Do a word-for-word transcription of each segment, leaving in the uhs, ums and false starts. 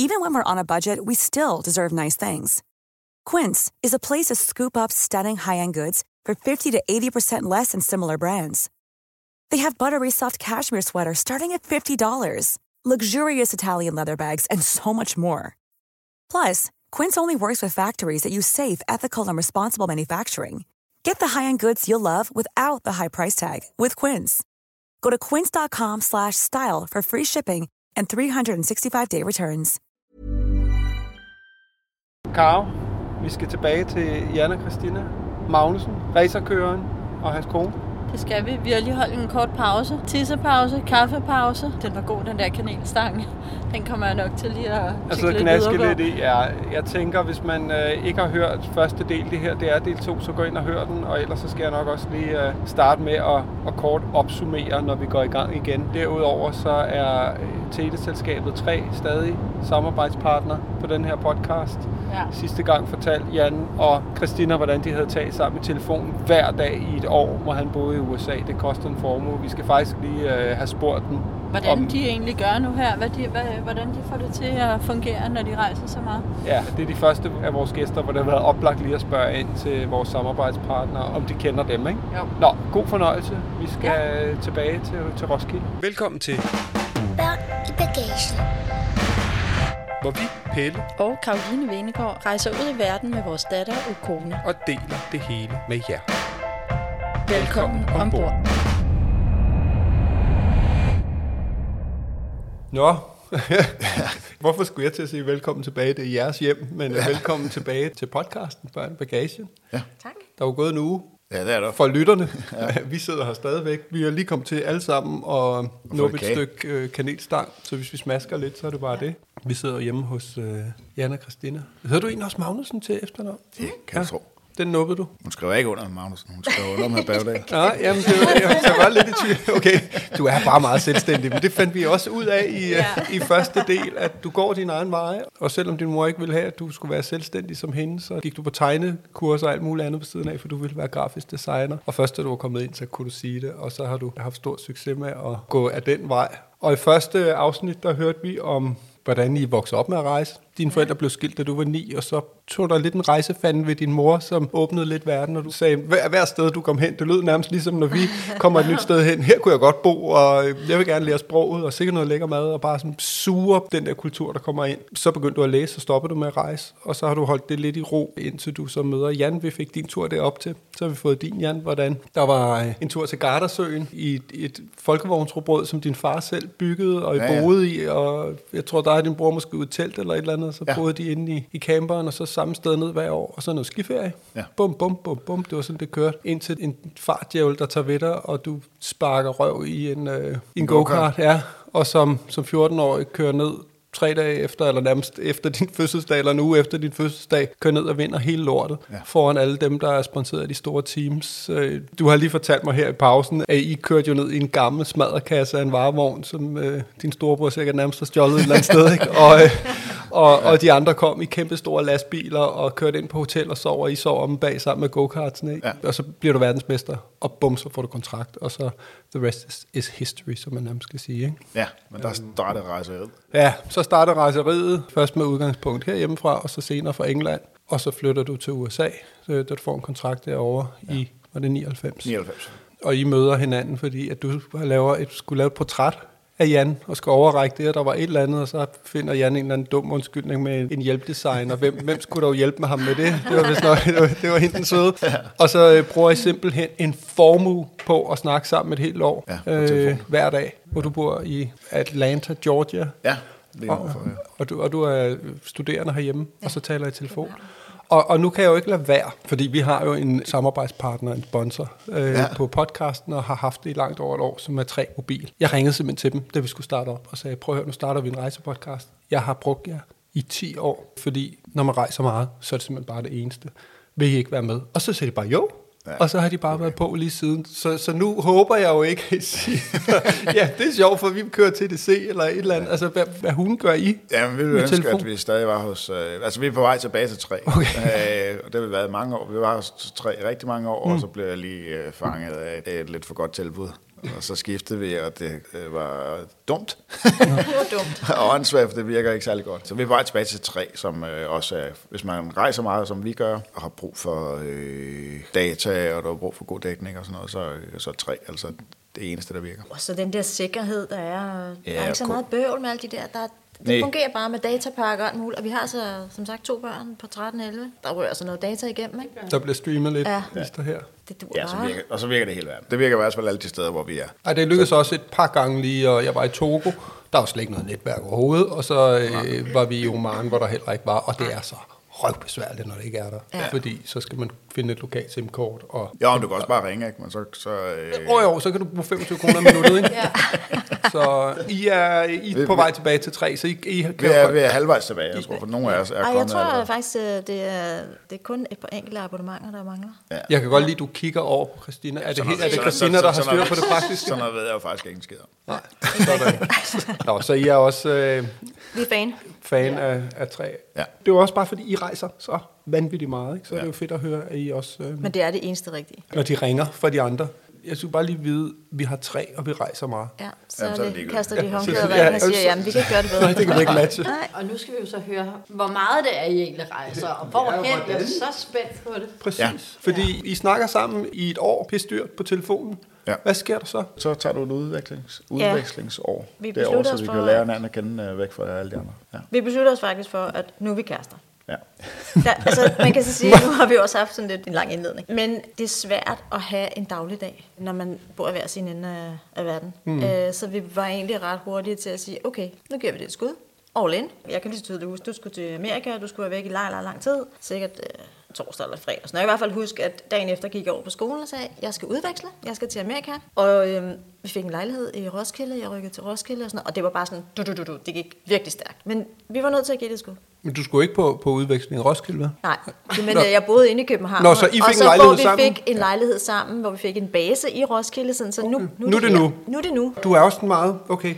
Even when we're on a budget, we still deserve nice things. Quince is a place to scoop up stunning high-end goods for fifty to eighty percent less than similar brands. They have buttery soft cashmere sweaters starting at fifty dollars, luxurious Italian leather bags, and so much more. Plus, Quince only works with factories that use safe, ethical, and responsible manufacturing. Get the high-end goods you'll love without the high price tag with Quince. Go to quince.com slash style for free shipping and three sixty-five day returns. Karo, vi skal tilbage til Jan og Christina Magnussen, racerkøreren og hans kone. Det skal vi. Vi har lige holdt en kort pause. Tissepause, kaffepause. Den var god, den der kanelstang. Den kommer jeg nok til lige at altså, lidt videre lidt i. Ja, jeg tænker, hvis man øh, ikke har hørt første del, det her, det er del to, så gå ind og hør den. Og ellers så skal jeg nok også lige øh, starte med at, at kort opsummere, når vi går i gang igen. Derudover så er øh, Teleselskabet tre stadig samarbejdspartner på den her podcast. Ja. Sidste gang fortalte Jan og Christina, hvordan de havde talt sammen i telefon hver dag i et år, hvor han boede i U S A. Det koster en formue. Vi skal faktisk lige øh, have spurgt dem. Hvordan om, de egentlig gør nu her, hvad de, hvad, hvordan de får det til at fungere, når de rejser så meget. Ja, det er de første af vores gæster, hvor det har været oplagt lige at spørge ind til vores samarbejdspartnere, om de kender dem, ikke? Jo. Nå, god fornøjelse. Vi skal ja. tilbage til, til Roskilde. Velkommen til Børn i bagagen. Hvor vi, Pelle og Caroline Venegård, rejser ud i verden med vores datter og kone. Og deler det hele med jer. Velkommen, Velkommen ombord. Nå, hvorfor skulle jeg til at sige velkommen tilbage? Det er jeres hjem, men ja. Velkommen tilbage til podcasten Børn i bagagen. Ja. Tak. Der er jo gået en uge. Ja, det er der. For lytterne. Ja. Vi sidder her stadigvæk. Vi er lige kommet til alle sammen og nå et stykke øh, kanelstang, så hvis vi smasker lidt, så er det bare ja. Det. Vi sidder hjemme hos øh, Jan og Christina. Hedder du egentlig også Magnussen til efternavn? Det kan jeg tro. Den nubbede du? Hun skriver ikke under Magnussen, hun skriver under med Bagdal. Ja, jamen, det var, jeg, jeg var lidt i tvivl. Okay, du er bare meget selvstændig, men det fandt vi også ud af i, ja. i første del, at du går din egen vej, og selvom din mor ikke ville have, at du skulle være selvstændig som hende, så gik du på tegnekurser og alt muligt andet på siden af, for du ville være grafisk designer. Og først da du var kommet ind, så kunne du sige det, og så har du haft stor succes med at gå af den vej. Og i første afsnit, der hørte vi om, hvordan I voksede op med at rejse. Dine forældre blev skilt, da du var ni, og så tog der lidt en rejsefanden ved din mor, som åbnede lidt verden, og du sagde, hver, hver sted du kom hen, det lød nærmest ligesom, når vi kommer et nyt sted hen. Her kunne jeg godt bo, og jeg vil gerne lære sproget, og sikkert noget lækker mad, og bare sådan suge den der kultur, der kommer ind. Så begyndte du at læse, så stoppede du med at rejse, og så har du holdt det lidt i ro, indtil du så møder Jan. Vi fik din tur derop til. Så har vi fået din, Jan, hvordan der var en tur til Gardasøen i et, et folkevognsrugbrød, som din far selv byggede og I ja, ja. boede i, og jeg tror, der er din bror måske ude i telt eller et eller andet, så ja. boede de inde i, i camperen, og så samme sted ned hver år, og så noget skiferie. Ja. Bum, bum, bum, bum. Det var sådan, det kørte. Indtil en fartdjævel, der tager ved dig, og du sparker røv i en, øh, i en go-kart. Ja. Og som, som fjorten-årig kører ned tre dage efter, eller nærmest efter din fødselsdag, eller en uge efter din fødselsdag, kører ned og vinder hele lortet, ja. foran alle dem, der er sponsoreret af de store teams. Du har lige fortalt mig her i pausen, at I kørte jo ned i en gammel smadrekasse af en varevogn, som øh, din storebror sikkert nærmest har stjålet et eller andet sted, ikke? Og, øh, og, og de andre kom i kæmpe store lastbiler og kørte ind på hotel og sover. I sover om bag sammen med go-kartsene, ikke? Ja. Og så bliver du verdensmester, og bum, så får du kontrakt, og så the rest is, is history, som man nærmest skal sige, ikke? Ja, men der startede rejseriet. Ja, så starter rejseriet først med udgangspunkt herhjemmefra, og så senere fra England, og så flytter du til U S A, da du får en kontrakt derovre ja. i, var det nioghalvfems? nioghalvfems. Og I møder hinanden, fordi at du laver et, skulle lave et portræt af Jan, og skal overrække det, og der var et eller andet, og så finder Jan en eller anden dum undskyldning med en hjælpdesigner. Hvem, hvem skulle dog hjælpe med ham med det? Det var vist nok, det var, det var hende den søde. Ja. Og så øh, bruger I simpelthen en formue på at snakke sammen et helt år, ja, øh, hver dag, hvor du bor i Atlanta, Georgia. Ja. Og, og, du, og du er studerende herhjemme, ja. Og så taler I i telefon. Og, og nu kan jeg jo ikke lade være, fordi vi har jo en samarbejdspartner, en sponsor øh, ja. på podcasten, og har haft det i langt over et år, som er tre mobil. Jeg ringede simpelthen til dem, da vi skulle starte op, og sagde, prøv at høre, nu starter vi en rejsepodcast. Jeg har brugt jer i ti år, fordi når man rejser meget, så er det simpelthen bare det eneste. Vil I ikke være med? Og så siger de bare, jo. Ja, og så har de bare okay. været på lige siden. Så, så nu håber jeg jo ikke, at sige, ja, det er sjovt, for vi kører til T D C eller et eller andet. Altså, hvad, hvad hun gør I? Ja, men vi vil ønske, telefon? At vi stadig var hos... Øh, altså, vi er på vej tilbage til tre. Okay. Øh, og det har været mange år. Vi var hos tre rigtig mange år, mm. og så blev jeg lige øh, fanget af et lidt for godt tilbud. og så skiftede vi, og det øh, var dumt. Det var dumt. og åndssvagt, for det virker ikke særlig godt. Så vi er bare tilbage til tre, som øh, også er, hvis man rejser meget, som vi gør, og har brug for øh, data, og der har brug for god dækning og sådan noget, så, øh, så tre, altså det eneste, der virker. Og så den der sikkerhed, der er, Ja, der er ikke så cool. meget bøvl med alle de der, der det Nej. fungerer bare med datapakker og alt muligt. Og vi har så, som sagt, to børn på tretten og elleve. Der rører så noget data igennem, ikke? Der bliver streamet lidt, Ja. ja. her. Det duer Ja, så bare. virker, og så virker det hele verden. Det virker i hvert fald alle de steder, hvor vi er. Ej, det lykkedes også et par gange lige, og jeg var i Togo. Der var slet ikke noget netværk overhovedet, og så øh, var vi i Oman, hvor der heller ikke var, og det er så røvbesværligt, når det ikke er der. Ja. Fordi så skal man finde et lokalt SIM-kort. Og Ja, men du kan også bare ringe, ikke? Men så... så øh... Åh jo, så kan du bruge femogtyve kroner om minuttet, ikke? Ja. Så I er, I er på vej tilbage til tre, så I, I kan Vi er, vi er halvvejs tilbage, jeg tror, for nogle af os er Ej, kommet jeg tror allerede. faktisk, øh, det er, det er kun et par enkelte abonnementer, der mangler. Ja. Jeg kan godt lide, at du kigger over på Christina. Er det, Sådan helt, er noget- det sådan- Christina, sådan- der har sådan- styr på det praktiske? Sådan noget ved jeg jo faktisk ikke en skid om. Nej. Sådan. Nå, så I er også øh, Vi er fan. fan af, af træ. Ja. Det er jo også bare, fordi I rejser så vanvittigt meget, ikke? Så ja. Ja. det er jo fedt at høre, at I også, øh, Men det er det eneste rigtige. når de ringer fra de andre. Jeg skulle bare lige vide, at vi har træ, og vi rejser meget. Ja, så, Jamen, så er det det, ligegyldigt. kaster de Ja, håndklæder så- ring ja, og siger, så- jamen, vi kan ikke gøre det bedre. Nej, det kan vi ikke matche. Nej. Og nu skal vi jo så høre, hvor meget det er, I egentlig rejser, og hvorhen. Jeg er så spændt på det. Præcis. Ja. Fordi I snakker sammen i et år, pisse dyrt på telefonen. Ja. Hvad sker der så? Så tager du et udvekslings, udvekslingsår. Vi Det er år, beslutter så os vi for, kan lære at- hinanden at kende øh, væk fra alle de andre. Ja. Vi beslutter os faktisk for, at nu er vi kærester. Ja. Der, altså, man kan så sige, at nu har vi også haft sådan lidt en lang indledning. Men det er svært at have en dagligdag, når man bor i hver sin ende af, af verden. Mm. Øh, så vi var egentlig ret hurtige til at sige, okay, nu giver vi det et skud. All in. Jeg kan lige så tydeligt huske, du skulle til Amerika, du skulle være væk i lang, lang, lang tid. Sikkert øh, torsdag eller fredag. Så jeg kan i hvert fald huske, at dagen efter gik jeg over på skolen og sagde, jeg skal udveksle, jeg skal til Amerika. Og øh, vi fik en lejlighed i Roskilde, jeg rykkede til Roskilde og sådan noget. Og det var bare sådan, du, du, du, du. Det gik virkelig stærkt. Men vi var nødt til at give det et skud. Men du skulle ikke på, på udveksling i Roskilde, hvad? Nej, men øh, jeg boede inde i København. Nå, så I fik og en så lejlighed hvor vi sammen? fik en lejlighed sammen, hvor vi fik en base i Roskilde, sådan, så nu, Okay. nu, Nu er det her. nu. Nu er det nu. Du er også sådan meget, okay,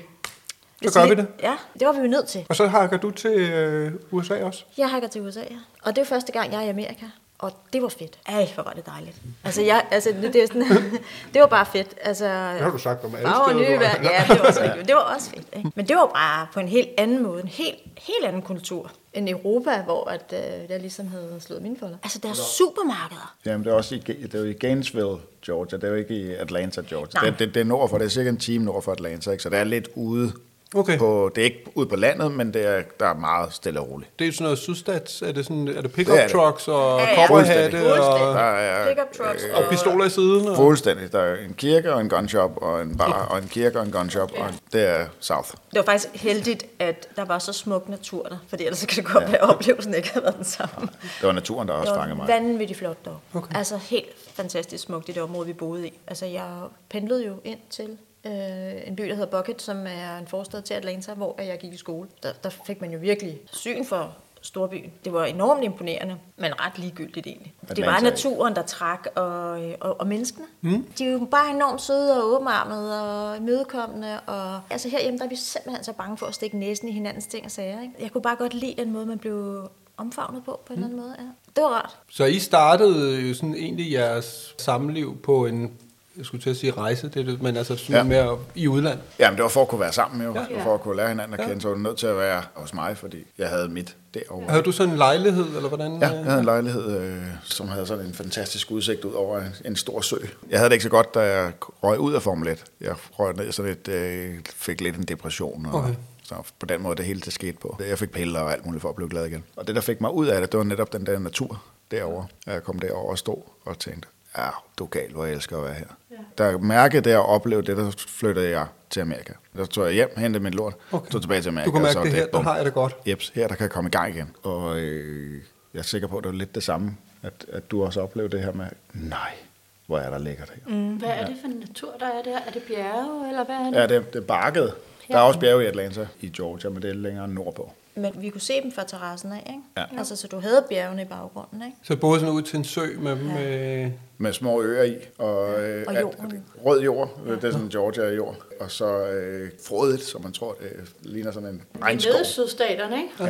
så gør vi det. Ja, det var vi jo nødt til. Og så hakker du til øh, U S A også? Jeg hakker til U S A, ja. Og det var første gang, jeg er i Amerika. Og det var fedt. Ej, hvor var det dejligt. Altså, jeg, altså det, det, er sådan, det var bare fedt. Altså, Det har du sagt om alle farver og steder, nye du har. vejr. Ja, det var også rigtigt. Det var også fedt. Ikke? Men det var bare på en helt anden måde. En helt, helt anden kultur end Europa, hvor at, øh, jeg ligesom havde slået mine folder. Altså, der er supermarkeder. Jamen, det er også i, det er jo i Gainesville, Georgia. Det er jo ikke i Atlanta, Georgia. Nej. Det, det, det er nord for, det er cirka en time nord for Atlanta, ikke? Så det er lidt ude Okay. på, det er ikke ude på landet, men det er, der er meget stille og roligt. Det er sådan noget sydstats, er det sådan, er det pick-up Det er det. trucks og Ja, ja. cowboyhatte Fuldstændig. og, Der er Pickup trucks. og pistoler i siden? Og, fuldstændig. Der er en kirke og en gun shop, og en bar, og en kirke og en gun shop, og det er South. Det var faktisk heldigt, at der var så smuk natur der, fordi ellers kan det godt være, at oplevelsen ikke havde været den samme. Det var naturen, der også Det fangede var mig. vanvittigt flot dog. Okay. Altså helt fantastisk smukt i det område, vi boede i. Altså jeg pendlede jo ind til øh, en by, der hedder Bucket, som er en forstad til Atlanta, hvor jeg gik i skole. Der, der fik man jo virkelig syn for storbyen. Det var enormt imponerende, men ret ligegyldigt egentlig. Det var Atlanta, naturen, der trak, og, og, og menneskene. Mm. De er jo bare enormt søde og åbenarmede og imødekommende. Og, altså herhjemme, der er vi simpelthen så bange for at stikke næsen i hinandens ting og sager. Ikke? Jeg kunne bare godt lide den måde, man blev omfavnet på, på en eller anden måde. Ja. Det var rart. Så I startede jo sådan egentlig jeres sammenliv på en, jeg skulle til at sige rejse, det er det, men altså sådan Ja. mere i udlandet. Jamen, det var for at kunne være sammen, jo. Ja. Ja. For at kunne lære hinanden at kende, så var det nødt til at være hos mig, fordi jeg havde mit derovre. Havde du sådan en lejlighed, eller hvordan? Ja, jeg havde en lejlighed, øh, som havde sådan en fantastisk udsigt ud over en, en stor sø. Jeg havde det ikke så godt, da jeg røg ud af Formel et. Jeg røg ned sådan et, øh, fik lidt en depression, og Okay. så på den måde det hele det skete på. Jeg fik piller og alt muligt for at blive glad igen. Og det, der fik mig ud af det, det var netop den der natur derovre. Jeg kom derover og stod og tænkte, ja, du er gal, hvor jeg elsker at være her. Ja. Der mærkede det og oplevede det, der flyttede jeg til Amerika. Der tog jeg hjem, hentede min lort, Okay. tog tilbage til Amerika. Du kan mærke og så det her, der bum. har jeg det godt. Jeps, her der kan jeg komme i gang igen. Og øh, jeg er sikker på, at det var lidt det samme, at, at du også oplevede det her med, nej, hvor er der lækkert her. Mm. Hvad er det for en natur, der er der? Er det bjerge, eller hvad er det? Ja, det, det er bakket. Der er også bjerge i Atlanta, i Georgia, men det er længere nordpå. Men vi kunne se dem fra terrassen af, ikke? Ja. Altså, så du havde bjergene i baggrunden, ikke? Så både sådan ud til en sø med, med Med små øer i, og, øh, Og at- jorden. rød jord, ja. Det er sådan Georgia-jord, og så øh, frodigt, som man tror, det ligner sådan en Vi er regnskov. nede i sydstaterne, ikke? Ja.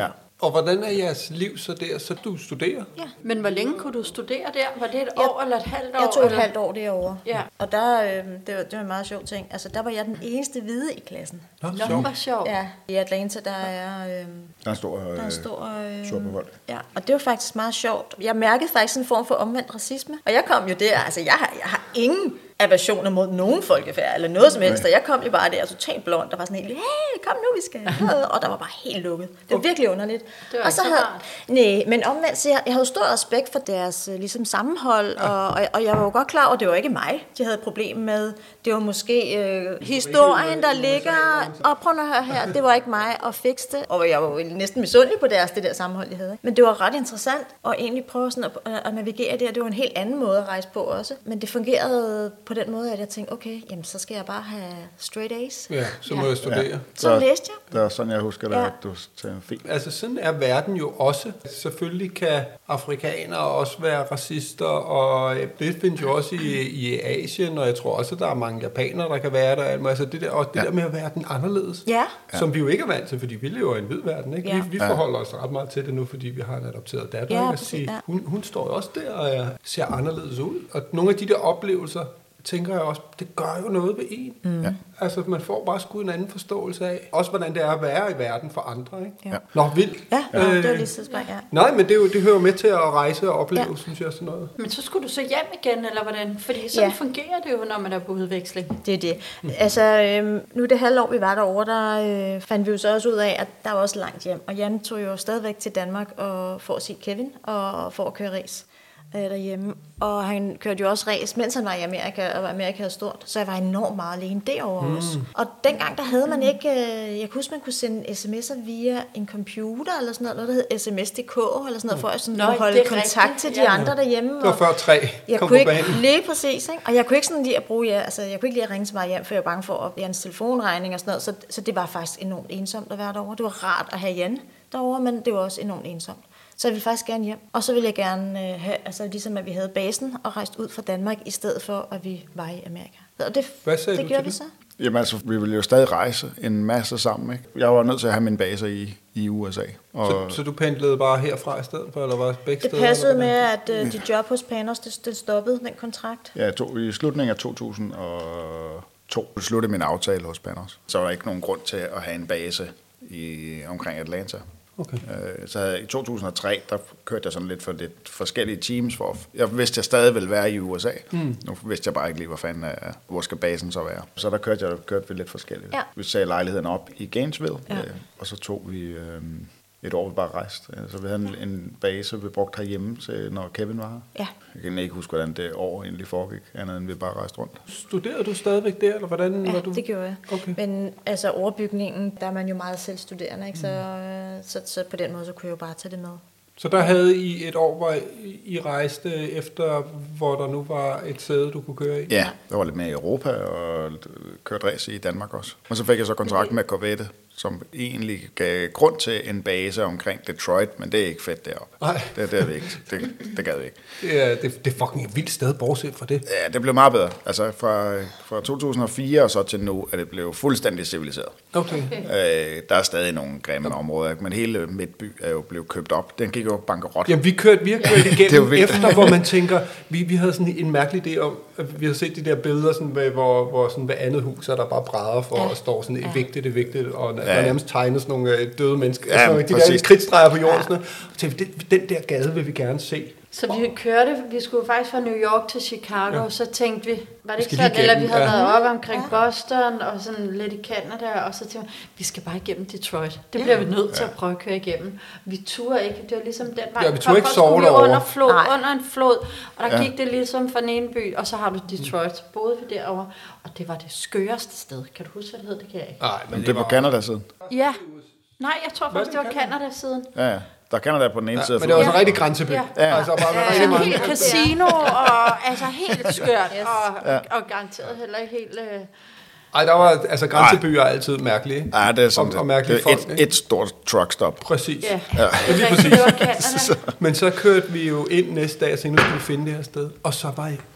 Og hvordan er jeres liv så der? Så du studerer? Ja. Men hvor længe kunne du studere der? Var det et år eller et halvt år? Jeg tog et eller? halvt år derovre. Ja. Og der, øh, det, var, det var en meget sjov ting. Altså, der var jeg den eneste hvide i klassen. Nå, Nå, sjovt. hvor sjovt. Ja, i Atlanta, der er... Øh, Der er en stor, der er en øh, stor... Øh, stor behold. Ja, og det var faktisk meget sjovt. Jeg mærkede faktisk en form for omvendt racisme. Og jeg kom jo der, altså jeg har, jeg har ingen aversioner mod nogen folkefærd, eller noget som helst. Og jeg kom jo bare der totalt blond, der var sådan helt, hey, kom nu, vi skal. Og der var bare helt lukket. Det var virkelig underligt. Det var og så ikke så havde, rart. nej, men omvendt, så jeg, jeg havde stor respekt for deres øh, ligesom, sammenhold, og, og, og jeg var jo godt klar over, at det var ikke mig, de havde et problem med. Det var måske øh, historien, der ligger. Og prøv at høre her, det var ikke mig at fikse det. Og jeg var jo næsten misundelig på deres, det der sammenhold, de havde. Ikke? Men det var ret interessant at egentlig prøve sådan at, at navigere der. Det var en helt anden måde at rejse på også. Men det fungerede på den måde, at jeg tænkte, okay, jamen så skal jeg bare have straight A's. Ja, så må jeg studere. Ja. Så læste jeg. Det er sådan, jeg husker det, Ja. at du tager fint. Altså sådan er verden jo også. Selvfølgelig kan afrikanere også være racister, og det findes jo også i, i Asien, og jeg tror også, at der er mange japanere, der kan være der. Altså det der, og det Ja. der med at være den anderledes, Ja. som vi jo ikke er vant til, fordi vi lever i en hvid verden. Ikke? Ja. Vi, vi forholder os ret meget til det nu, fordi vi har en adopteret datter. Ja, ikke? At præcis, sige, ja. hun, hun står jo også der og er, ser anderledes ud. Og nogle af de der oplevelser, tænker jeg også, det gør jo noget ved en. Mm. Ja. Altså, man får bare sgu en anden forståelse af, også hvordan det er at være i verden for andre. Ikke? Ja. Nå, vildt. Ja, ja, Øh, det var lige så spændt, ja. Nej, men det, er jo, det hører med til at rejse og opleve, ja. Ja. synes jeg, sådan noget. Men så skulle du så hjem igen, eller hvordan? Fordi sådan Ja. fungerer det jo, når man er på udveksling. Det er det. Altså, øhm, nu det halve år, vi var derovre, der øh, fandt vi jo så også ud af, at der var også langt hjem. Og Jan tog jo stadigvæk til Danmark og for at se Kevin og for at køre race øh, derhjemme. Og han kørte jo også race, mens han var i Amerika, og Amerika er stort. Så jeg var enormt meget alene derovre mm. også. Og dengang, der havde man ikke... Øh, jeg kunne huske, man kunne sende sms'er via en computer, eller sådan noget, noget der hed sms punktum d k, eller sådan noget, for at sådan Nå, at holde det er kontakt rigtigt. til de Ja. andre derhjemme. Det var og- før tre jeg kom kunne på ikke, banen. lige præcis, ikke? Og jeg kunne ikke sådan lige at bruge, ja, altså jeg kunne ikke lige at ringe til mig hjem, for jeg var bange for at Jans telefonregning og sådan noget, så, så det var faktisk enormt ensomt at være derovre. Det var rart at have Jan derovre, men det var også enormt ensomt. Så jeg ville faktisk gerne hjem. Og så ville jeg gerne øh, have, altså ligesom at vi havde basen og rejst ud fra Danmark, i stedet for at vi var i Amerika. Og det, Hvad sagde det du gjorde til vi det? så. Jamen altså, vi ville jo stadig rejse en masse sammen, ikke? Jeg var nødt til at have min baser i, i U S A. Og Så, så du pendlede bare herfra i stedet for, eller var begge Det steder? passede eller med, hvordan? at øh, dit job hos Panos, det, det stoppede, den kontrakt. ja, to, i slutningen af to tusind og to sluttede min aftale hos Panos. Så var der ikke nogen grund til at have en base i, omkring Atlanta. Okay. Øh, Så havde, i to tusind og tre, der kørte jeg sådan lidt for lidt forskellige teams. For, jeg vidste, jeg stadig ville være i U S A. Mm. Nu vidste jeg bare ikke lige, hvor fanden, af, hvor skal basen så være. Så der kørte, jeg, kørte vi lidt forskelligt. Ja. Vi sagde lejligheden op i Gainesville, Ja. øh, og så tog vi øh, et år, vi bare rejste. Så vi havde en, en base, vi brugte herhjemme, til, når Kevin var her. Ja. Jeg kan ikke huske, hvordan det år egentlig foregik, andet end vi bare rejste rundt. Studerede du stadigvæk der, eller hvordan Ja, var du? det gjorde jeg. Okay. Men altså overbygningen, der er man jo meget selvstuderende, ikke? Så, øh, så, så på den måde, så kunne jeg jo bare tage det med. Så der havde I et år, hvor I- I rejste efter, hvor der nu var et sæde, du kunne køre i? Ja, der var lidt mere i Europa, og kørte race i Danmark også. Og så fik jeg så kontrakt med Corvette, som egentlig gav grund til en base omkring Detroit, men det er ikke fedt deroppe. Nej. Det, det er vi ikke. Det, det gad vi ikke. Det er, det, det er fucking et vildt sted, bortset fra det. Ja, det blev meget bedre. Altså fra, fra to tusind og fire og så til nu, er det blevet fuldstændig civiliseret. Okay. Øh, der er stadig nogle grimme områder, men hele Midtby er jo blevet købt op. Den gik jo bankerot. Jamen, vi kørte, vi har kørt Det er jo igennem vildt. efter, hvor man tænker, vi, vi havde sådan en mærkelig idé om, at vi har set de der billeder, sådan, med, hvor, hvor sådan hver andet hus er der bare brædder for, ja. Og står sådan, det er vigtigt, det er vigtigt, og der Ja. nærmest tegnes nogle øh, døde mennesker, Ja, altså de præcis. der kridtstreger på jorden, sådan noget. Og tænkte, den, den der gade vil vi gerne se. Så vi kørte, vi skulle faktisk fra New York til Chicago, Ja. ja. Så tænkte vi, var det ikke skal lige sådan, eller vi igennem, havde ja. været op omkring Boston, og sådan lidt i Canada, og så tænkte vi, vi skal bare igennem Detroit. Det bliver vi nødt til at prøve at køre igennem. Vi turde ikke, det var ligesom den vej. Ja, vi turde ikke Først sove skulle vi derovre. under, flod, Nej. under en flod, og der Ja. gik det ligesom fra den ene by, og så har du Detroit. Så boede vi derovre, og det var det skøreste sted. Kan du huske, hvad det hed? Det kan jeg ikke. Nej, Men det er på Canada-siden. Ja. Nej, jeg tror faktisk, det Hvad var er det, Canada-siden. Ja, ja. Der er Canada på den ene Ja, side. af men det var floden. også en rigtig grænseby. Ja. Ja. Altså bare med Ja, rigtig sådan mange. helt casino, og altså helt skørt, Yes. og, Ja. og garanteret heller ikke helt... Øh, Ej, der var, altså grænsebyer er altid mærkelige. ikke? Ja, det er sådan Og- og mærkelige det er folk, et, ikke? et stort truckstop. Præcis. ja, Ja. det lige er præcis. rigtigt, det var Canada. Men så kørte vi jo ind næste dag og tænkte, nu skal vi finde det her sted. Og så var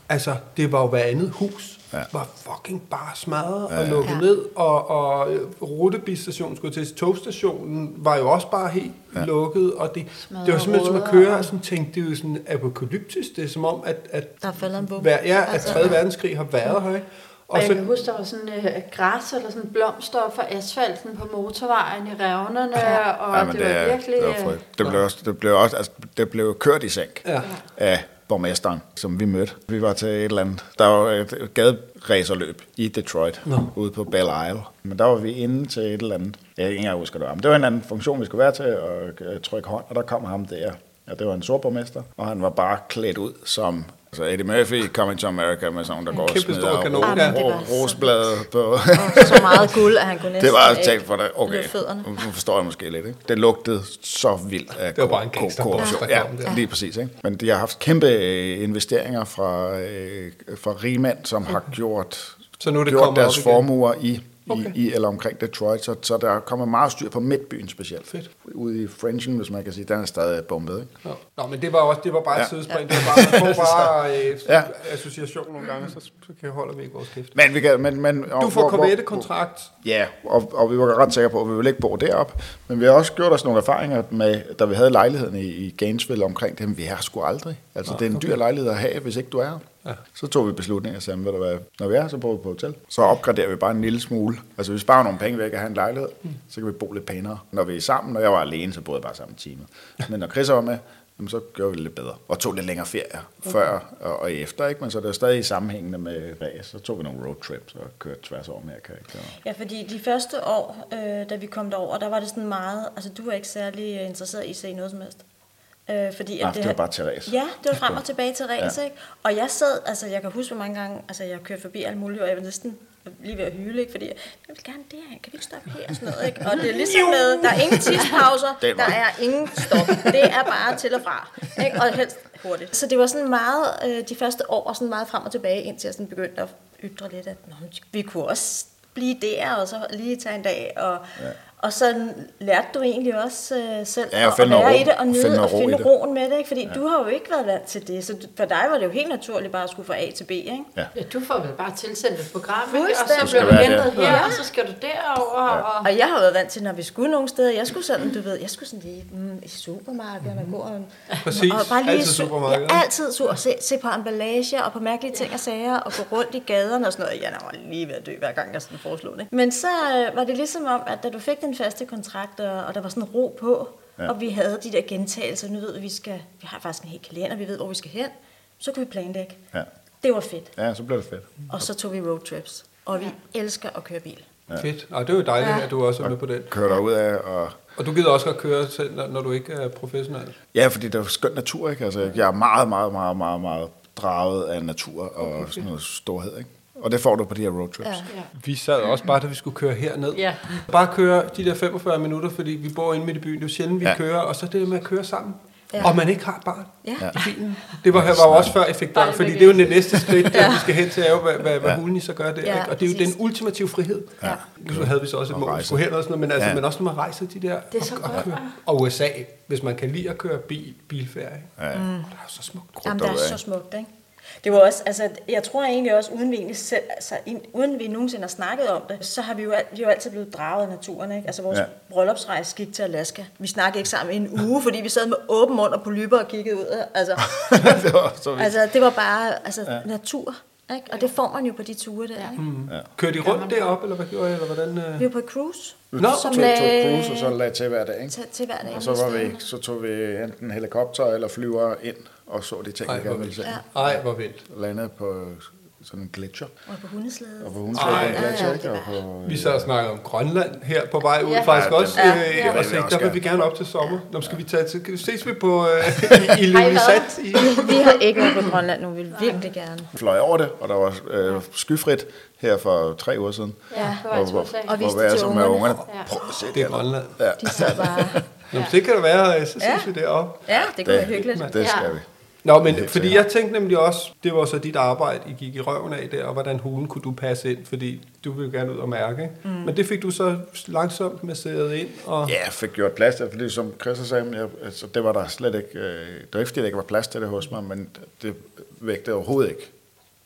Altså, det var jo hver andet hus, ja. var fucking bare smadret ja, og lukket ja. ned, og, og rutebilstationen, skulle til togstationen, var jo også bare helt ja. lukket, og det, det var simpelthen som at køre, og sådan tænkte, det er jo sådan apokalyptisk, det er som om, at, at, der er faldet en bombe. Ja, at tredje verdenskrig har været her, ikke? Og, og jeg så, kan huske, der var sådan uh, græs eller sådan blomster for asfalten på motorvejen i revnerne, ja. og ja, det, det var er, virkelig... Det, var det, blev også, det, blev også, altså, det blev kørt i sænk ja. af borgmesteren, som vi mødte. Vi var til et eller andet... Der var et gaderæserløb i Detroit, no. ude på Belle Isle. Men der var vi inde til et eller andet... Jeg kan ikke engang huske, det var. Men det var en anden funktion, vi skulle være til, og trykke hånd, og der kom ham der. Ja, det var en sort borgmester, og han var bare klædt ud som... Altså Eddie Murphy, Coming to America, med sådan, der går og smider kanon, ro- ja. ro- rosblade på. Og så meget guld, at han kunne næsten det var altså tænkt for dig. Okay, nu nu forstår jeg måske lidt. Ikke? Det lugtede så vildt af det var bare en gangsterboss, der ja, kom der. lige præcis. Ikke? Men de har haft kæmpe investeringer fra, øh, fra rigmænd, som har gjort, så nu er det gjort deres formuer formuer i... Okay. I, i eller omkring Detroit, så, så der kommer meget styr på midtbyen specielt. Fedt. Ude i Frenchen, hvis man kan sige, den er stadig bombet, ikke? Ja. Nå, men det var også det var bare et ja. sidespring. Det var bare, man får bare øh, ja. association nogle gange, så, så kan holder vi ikke vores kæft. Men vi kan, men, men, du får Corvette-kontrakt. Ja, og, og vi var ret sikre på, at vi ville ikke bo derop. Men vi har også gjort os nogle erfaringer med, da vi havde lejligheden i, i Gainesville omkring det, men vi er sgu aldrig. Altså, Nå, det er en okay. dyr lejlighed at have, hvis ikke du er. Ja. Så tog vi beslutninger og sagde, ved du hvad, når vi er, så bor vi på hotel. Så opgraderer vi bare en lille smule. Altså, vi sparer nogle penge væk at have en lejlighed, mm. så kan vi bo lidt pænere. Når vi er sammen, når jeg var alene, så boede jeg bare sammen en time. Men når Chris var med, så gjorde vi det lidt bedre. Og tog lidt længere ferie, okay. før og, og efter, ikke? Men så det er stadig sammenhængende med ræs. Så tog vi nogle roadtrips og kørte tværs over Amerika. Ja, fordi de første år, øh, da vi kom derover, der var det sådan meget, altså du var ikke særlig interesseret i at se noget som helst. Øh, fordi, Nej, at det, det var bare til ræs. Ja, det var frem og tilbage til ræs, ja. Ikke? Og jeg sad, altså jeg kan huske, hvor mange gange, altså jeg kørte forbi alt muligt, og jeg var næsten lige ved at hyle, ikke? Fordi jeg vil gerne det her, kan vi ikke stoppe her og sådan noget, ikke? Og det er ligesom med, der er ingen tidspauser, der er ingen stop. Det er bare til og fra, ikke? Og helst hurtigt. Så det var sådan meget, øh, de første år, sådan meget frem og tilbage, indtil jeg sådan begyndte at ytre lidt, at nå, vi kunne også blive der, og så lige tage en dag, og... Ja. Og så lærte du egentlig også øh, selv ja, at, at være ro, i det og nyde finde og finde ro roen med det, ikke? Fordi ja. du har jo ikke været vant til det, så for dig var det jo helt naturligt bare at skulle fra A til B, ikke? Ja, ja du får vel bare tilsendt et program, ikke? Og så bliver du hentet her, ja. og så skal du derover. Ja. Og... og jeg har været vant til, når vi skulle nogle steder, jeg skulle sådan, du ved, jeg skulle sådan lige mm, i supermarkedet, mm. og gå og, Præcis, og bare lige altid supermarkedet. Ja, altid sur, se, se på emballage og på mærkelige ting og sager, og gå rundt i gaderne og sådan noget. Jeg var lige ved at dø, hver gang jeg sådan foreslog det. Men så øh, var det ligesom om, at da du fik den faste kontrakt, og der var sådan ro på, ja. Og vi havde de der gentagelser, nu ved vi, vi skal, vi har faktisk en hel kalender, vi ved, hvor vi skal hen, så kunne vi planlægge. Ja. Det var fedt. Ja, så blev det fedt. Og så tog vi roadtrips, og vi elsker at køre bil. Ja. Fedt. Og det er jo dejligt, ja. At du også er med på den. Kører derud af, og... Og du gider også godt køre selv, når du ikke er professionel? Ja, fordi det er skøn natur, ikke? Altså, jeg er meget, meget, meget, meget, meget draget af natur og okay. sådan noget storhed, ikke? Og det får du på de her roadtrips. Ja. Ja. Vi sad også bare, da vi skulle køre herned. Ja. Bare køre de der femogfyrre minutter, fordi vi bor inde midt i byen. Det er jo sjældent, vi ja. kører. Og så det med at køre sammen. Ja. Og man ikke har et barn ja. i bilen. Det var, var jo også før jeg fik børn, fordi det er jo det næste skridt, der ja. vi skal hen til, er jo, hvad, hvad, hvad ja. hulen I så gør det. Ja, og det er jo den ultimative frihed. Ja. Så havde vi så også et mål, skulle hen og sådan noget, men, altså, ja. men også når man rejser de der det er så og, og, kører. Og U S A, hvis man kan lide at køre bil, bilferie. Ja. Mm. Det er jo så smukt. Jamen, det er så smukt, ikke? Det var også, altså, jeg tror egentlig også, uden vi, egentlig selv, altså, uden vi nogensinde har snakket om det, så har vi jo, vi jo altid blevet draget af naturen, ikke? Altså, vores ja. bryllupsrejse gik til Alaska. Vi snakkede ikke sammen i en uge, fordi vi sad med åben mund og polypper og kiggede ud. Altså, det var så vildt. Altså, det var bare altså, ja. natur, ikke? Og det får man jo på de ture der, ikke? Mm. Ja. Kørte de rundt deroppe, eller hvad gjorde I, eller hvordan? Uh... Vi var på et cruise. Nå, så tog, tog cruise, og så lagde til hver dag, ikke? Til, til hver dag. Og så, var vi, så tog vi enten helikopter eller flyver ind, og så de ting, vi gerne ville se. Ej, hvor vildt. Landede på sådan en gletscher. Og på hundeslæde. Og på hundeslæde på en gletscher, ikke? Og på, vi så og snakker om Grønland her på vej ud, ja. faktisk ja, også. Ja, øh, ja. Og så, der vil vi gerne op til sommer. Nå, skal vi tage til, ses vi på øh, i Ilulissat? I... Vi har ikke været på Grønland nu, vi vil virkelig gerne. Vi fløj over det, og der var øh, skyfrit her for tre uger siden. Ja, på vej til U S A. Og viste til ungerne. ungerne. Ja. Prøv at se det er Grønland. Ja. De sad bare... Nå, det kan det være, så ses ja. vi deroppe. Ja, det kunne være hyggeligt. Det skal ja. vi. Nå, men fordi jeg tænkte nemlig også, det var så dit arbejde, I gik i røven af der, og hvordan hulen kunne du passe ind, fordi du ville gerne ud og mærke, ikke? Mm. Men det fik du så langsomt masseret ind. Og... Ja, jeg fik gjort plads til, fordi som Chris sagde, jeg, altså, det var der slet ikke, øh, driftigt ikke var plads til det hos mig, men det vægtede overhovedet ikke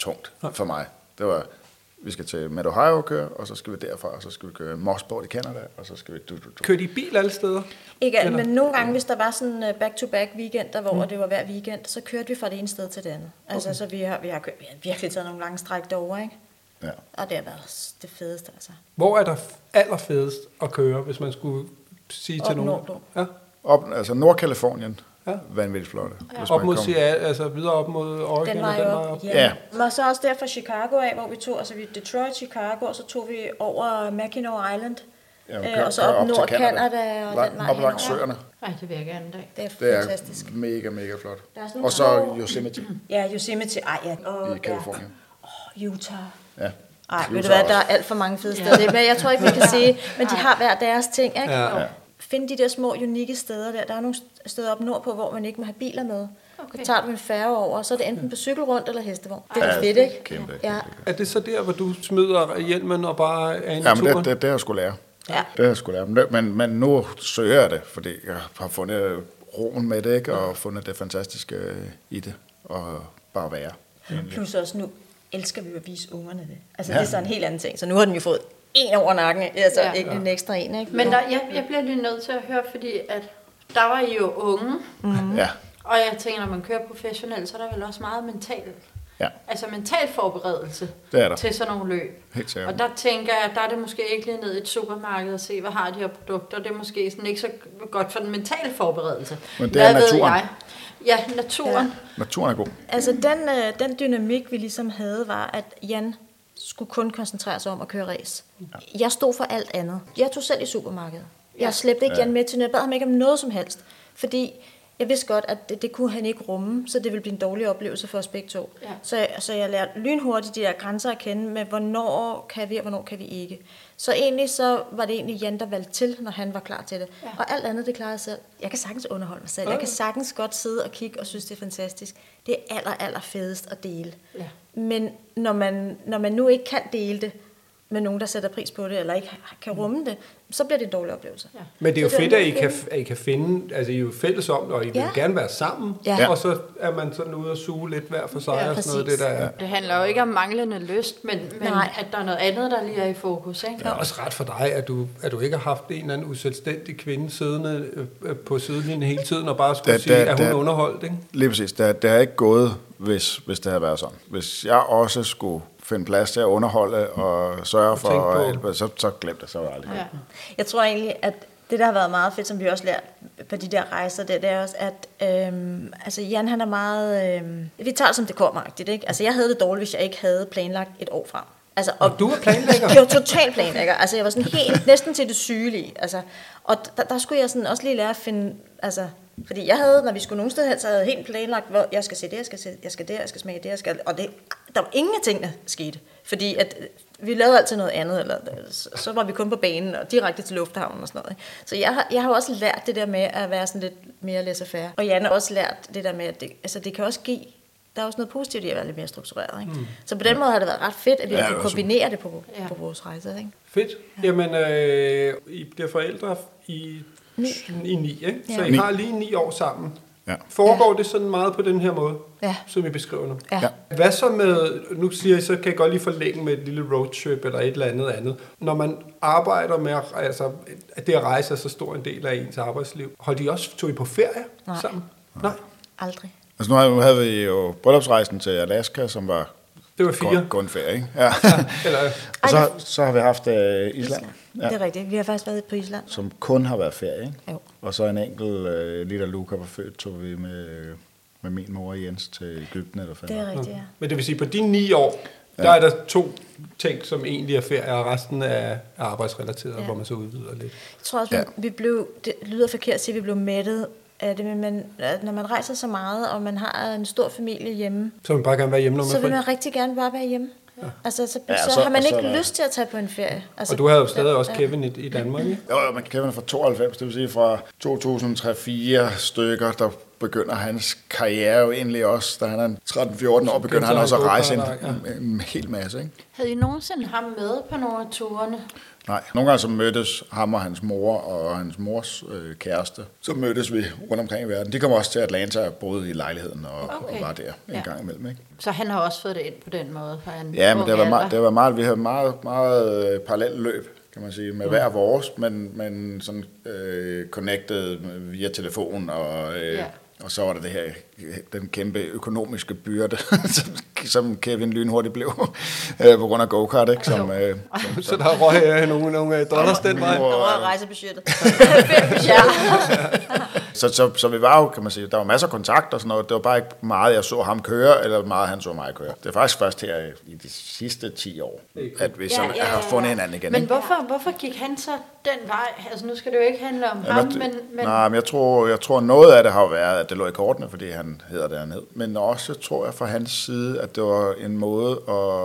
tungt for mig. Det var, vi skal til Mid Ohio og køre, og så skal vi derfra, og så skal vi køre Mosport i Canada, og så skal vi... Du, du, du. Kørte I bil alle steder? Ikke alt, men nogle gange, hvis der var sådan back-to-back weekender, hvor mm. det var hver weekend, så kørte vi fra det ene sted til det andet. Altså, okay. så vi har, vi, har kørt, vi har virkelig taget nogle lange stræk derovre, ikke? Ja. Og det har været det fedeste, altså. Hvor er der allerfedest at køre, hvis man skulle sige Op til nogen? Nordblå. Ja. Op, altså Nordkalifornien, ja. vanvittigt flotte. Ja. Op mod Seattle, altså videre op mod Oregon? Den var jo op, op. ja. ja. Og så også der fra Chicago af, hvor vi tog, altså vi Detroit, Chicago, og så tog vi over Mackinac Island. Ja, øh, og så op, op nord Canada og den vej op langs søerne. Nej, det vil jeg gerne en dag. Det er det er fantastisk. mega, mega flot. Og så Yosemite. Ja, Yosemite. Ej, ja. Og, i Californien. Ja. Oh, Utah. Ja. Ej, ved du hvad, der er alt for mange fede steder. Men jeg tror ikke, vi kan sige, men de har hver deres ting, ikke? Ja. Ja. Find de der små, unikke steder der. Der er nogle steder op nordpå, hvor man ikke må have biler med. Okay. Så tager du en færge over, og så er det enten på cykel rundt eller hestevogn. Det er ja, fedt, ikke? Kæmpe, ja. Er det så der, hvor du smider hjelmen og bare er i naturen? Ja, men det, det, det har jeg sgu lære. Ja. Det har jeg sgu lære. Men, men nu søger jeg det, fordi jeg har fundet roen med det, ikke? Og fundet det fantastiske i det. Og bare være. Plus også nu elsker vi at vise ungerne det. Altså, ja. Det er så en helt anden ting. Så nu har den jo fået en over nakken, altså ja. Ikke en ekstra en, ikke? Men der, jeg, jeg bliver lige nødt til at høre, fordi at der var I jo unge, mm-hmm. ja. Og jeg tænker, når man kører professionelt, så er der vel også meget mental, ja. altså mental forberedelse det er der. Til sådan nogle løb. Helt sikkert. Og der tænker jeg, der er det måske ikke lige ned i et supermarked og se, hvad har de her produkter. Det er måske sådan ikke så godt for den mentale forberedelse. Men det er hvad naturen. Ved jeg? Ja, naturen. Ja. Naturen er god. Altså den, øh, den dynamik, vi ligesom havde, var, at Jan skulle kun koncentrere sig om at køre race. Ja. Jeg stod for alt andet. Jeg tog selv i supermarkedet. Jeg ja. slæbte ikke ja. Jan med til noget. Jeg bad ham ikke om noget som helst. Fordi jeg vidste godt, at det, det kunne han ikke rumme, så det ville blive en dårlig oplevelse for os begge to. Ja. Så, så jeg lærte lynhurtigt de der grænser at kende med, hvornår kan vi, og hvornår kan vi ikke. Så egentlig så var det egentlig Jan, der valgte til, når han var klar til det. Ja. Og alt andet, det klarer jeg selv. Jeg kan sagtens underholde mig selv. Jeg kan sagtens godt sidde og kigge og synes, det er fantastisk. Det er aller, aller fedest at dele. Ja. Men når man, når man nu ikke kan dele det med nogen, der sætter pris på det, eller ikke kan rumme det, så bliver det en dårlig oplevelse. Ja. Men det er jo så fedt, at I, kan, at I kan finde, altså I er jo fælles om det, og I vil ja. gerne være sammen, ja. og så er man sådan ude og suge lidt hver for sig, ja, og sådan noget. Det, der er. Det handler jo ikke om manglende lyst, men, men at der er noget andet, der lige er i fokus. Ikke? Det er også ret for dig, at du, at du ikke har haft en eller anden uselvstændig kvinde siddende på sidelinjen hele tiden, og bare skulle det, sige, det, at hun er underholdt. Ikke? Lige præcis. Det, det har ikke gået, hvis, hvis det havde været sådan. Hvis jeg også skulle finde plads til at underholde og sørge for at hjælpe, så, så glem det, så var det aldrig. Ja. Jeg tror egentlig, at det, der har været meget fedt, som vi også lært på de der rejser, det, det er også, at øhm, altså Jan, han er meget... Øhm, vi tager det som det kommer-agtigt, ikke? Altså, jeg havde det dårligt, hvis jeg ikke havde planlagt et år frem. Altså, og, og du er planlægger? Jeg var total planlægger. Altså, jeg var sådan helt, næsten til det sygelige. Altså, og der, der skulle jeg sådan også lige lære at finde... Altså, fordi jeg havde, når vi skulle nogen sted hen, så havde jeg helt planlagt, hvor jeg skal se det, jeg skal se, jeg skal der, jeg skal smage det, jeg skal... Og det, der var ingen af tingene skete. Fordi at vi lavede altid noget andet, eller så var vi kun på banen og direkte til lufthavnen og sådan noget. Så jeg har, jeg har også lært det der med at være sådan lidt mere laissez-faire. Og Jan har også lært det der med, at det, altså det kan også give... Der er også noget positivt i at være lidt mere struktureret. Ikke? Mm. Så på den måde har det været ret fedt, at vi ja, kunne kombinere det på, ja. på vores rejser. Ikke? Fedt. Ja. Jamen, øh, I bliver forældre i ni, i ni ikke? Ja. Så I har lige ni år sammen. Ja. Foregår ja. det sådan meget på den her måde, ja. som I beskriver nu? Ja. Hvad så med, nu siger jeg, så kan jeg godt lige forlænge med et lille roadtrip eller et eller andet andet. Når man arbejder med, altså, at det at rejse er så stor en del af ens arbejdsliv, holdt I også, tog I på ferie Nej. sammen? Nej. Aldrig. Altså nu havde vi jo bryllupsrejsen til Alaska, som var... Det var fire. Kun ferie, ikke? Ja. ja eller, og så, så har vi haft uh, Island. Island. Ja. Det er rigtigt. Vi har faktisk været på Island. Som kun har været ferie, ikke? Jo. Og så en enkelt, uh, lille Luca var født, tog vi med, med min mor og Jens til Egypten. Eller det er rigtigt, ja. Men det vil sige, på de ni år, ja. der er der to ting, som egentlig er ferie, og resten er arbejdsrelateret, ja. hvor man så udvider lidt. Jeg tror også, ja. vi blev, det lyder forkert at sige, at vi blev mættet af det, men man, når man rejser så meget, og man har en stor familie hjemme, så vil man bare gerne være hjemme, når man så vil man rigtig gerne bare være hjemme. Ja. Altså, så, ja, så, så har man ikke så lyst til at tage på en ferie. Altså, og du havde jo stadig ja, også Kevin i, i Danmark, ikke? Jo, jo, men Kevin er fra tooghalvfems, det vil sige fra to tusind tre fire stykker, der begynder hans karriere jo egentlig også, da han er tretten fjorten år, begynder han også at rejse en, en, en hel masse. Ikke? Havde I nogensinde ham med på nogle af turene? Nej, nogle gange så mødtes ham og hans mor og hans mors øh, kæreste. Så mødtes vi rundt omkring i verden. De kom også til Atlanta og boede i lejligheden og, okay. og var der en ja. gang imellem. Ikke? Så han har også fået det ind på den måde? Han ja, men det var, meget, det var meget, vi havde meget, meget parallelt løb, kan man sige, med hver vores, men, men sådan øh, connected via telefon og... Øh, ja. Og så var der det her, den kæmpe økonomiske byrde, som, som Kevin lynhurtigt blev, øh, på grund af go-kart, ikke? Som, øh, som, så der røg øh, nogle, nogle dollars den vej. Der røg rejsebudgettet. så, så, så vi var jo, kan man sige, der var masser af kontakt og sådan noget. Det var bare ikke meget, jeg så ham køre, eller meget, han så mig køre. Det er faktisk først her i de sidste ti år, at vi så ja, ja, ja. har fundet hinanden igen. Men hvorfor, hvorfor gik han så den vej? Altså nu skal det jo ikke handle om ja, ham, men... men... Nej, men jeg tror, jeg tror noget af det har jo været, at det lå i kortene, fordi han hedder dernede. Men også tror jeg fra hans side, at det var en måde,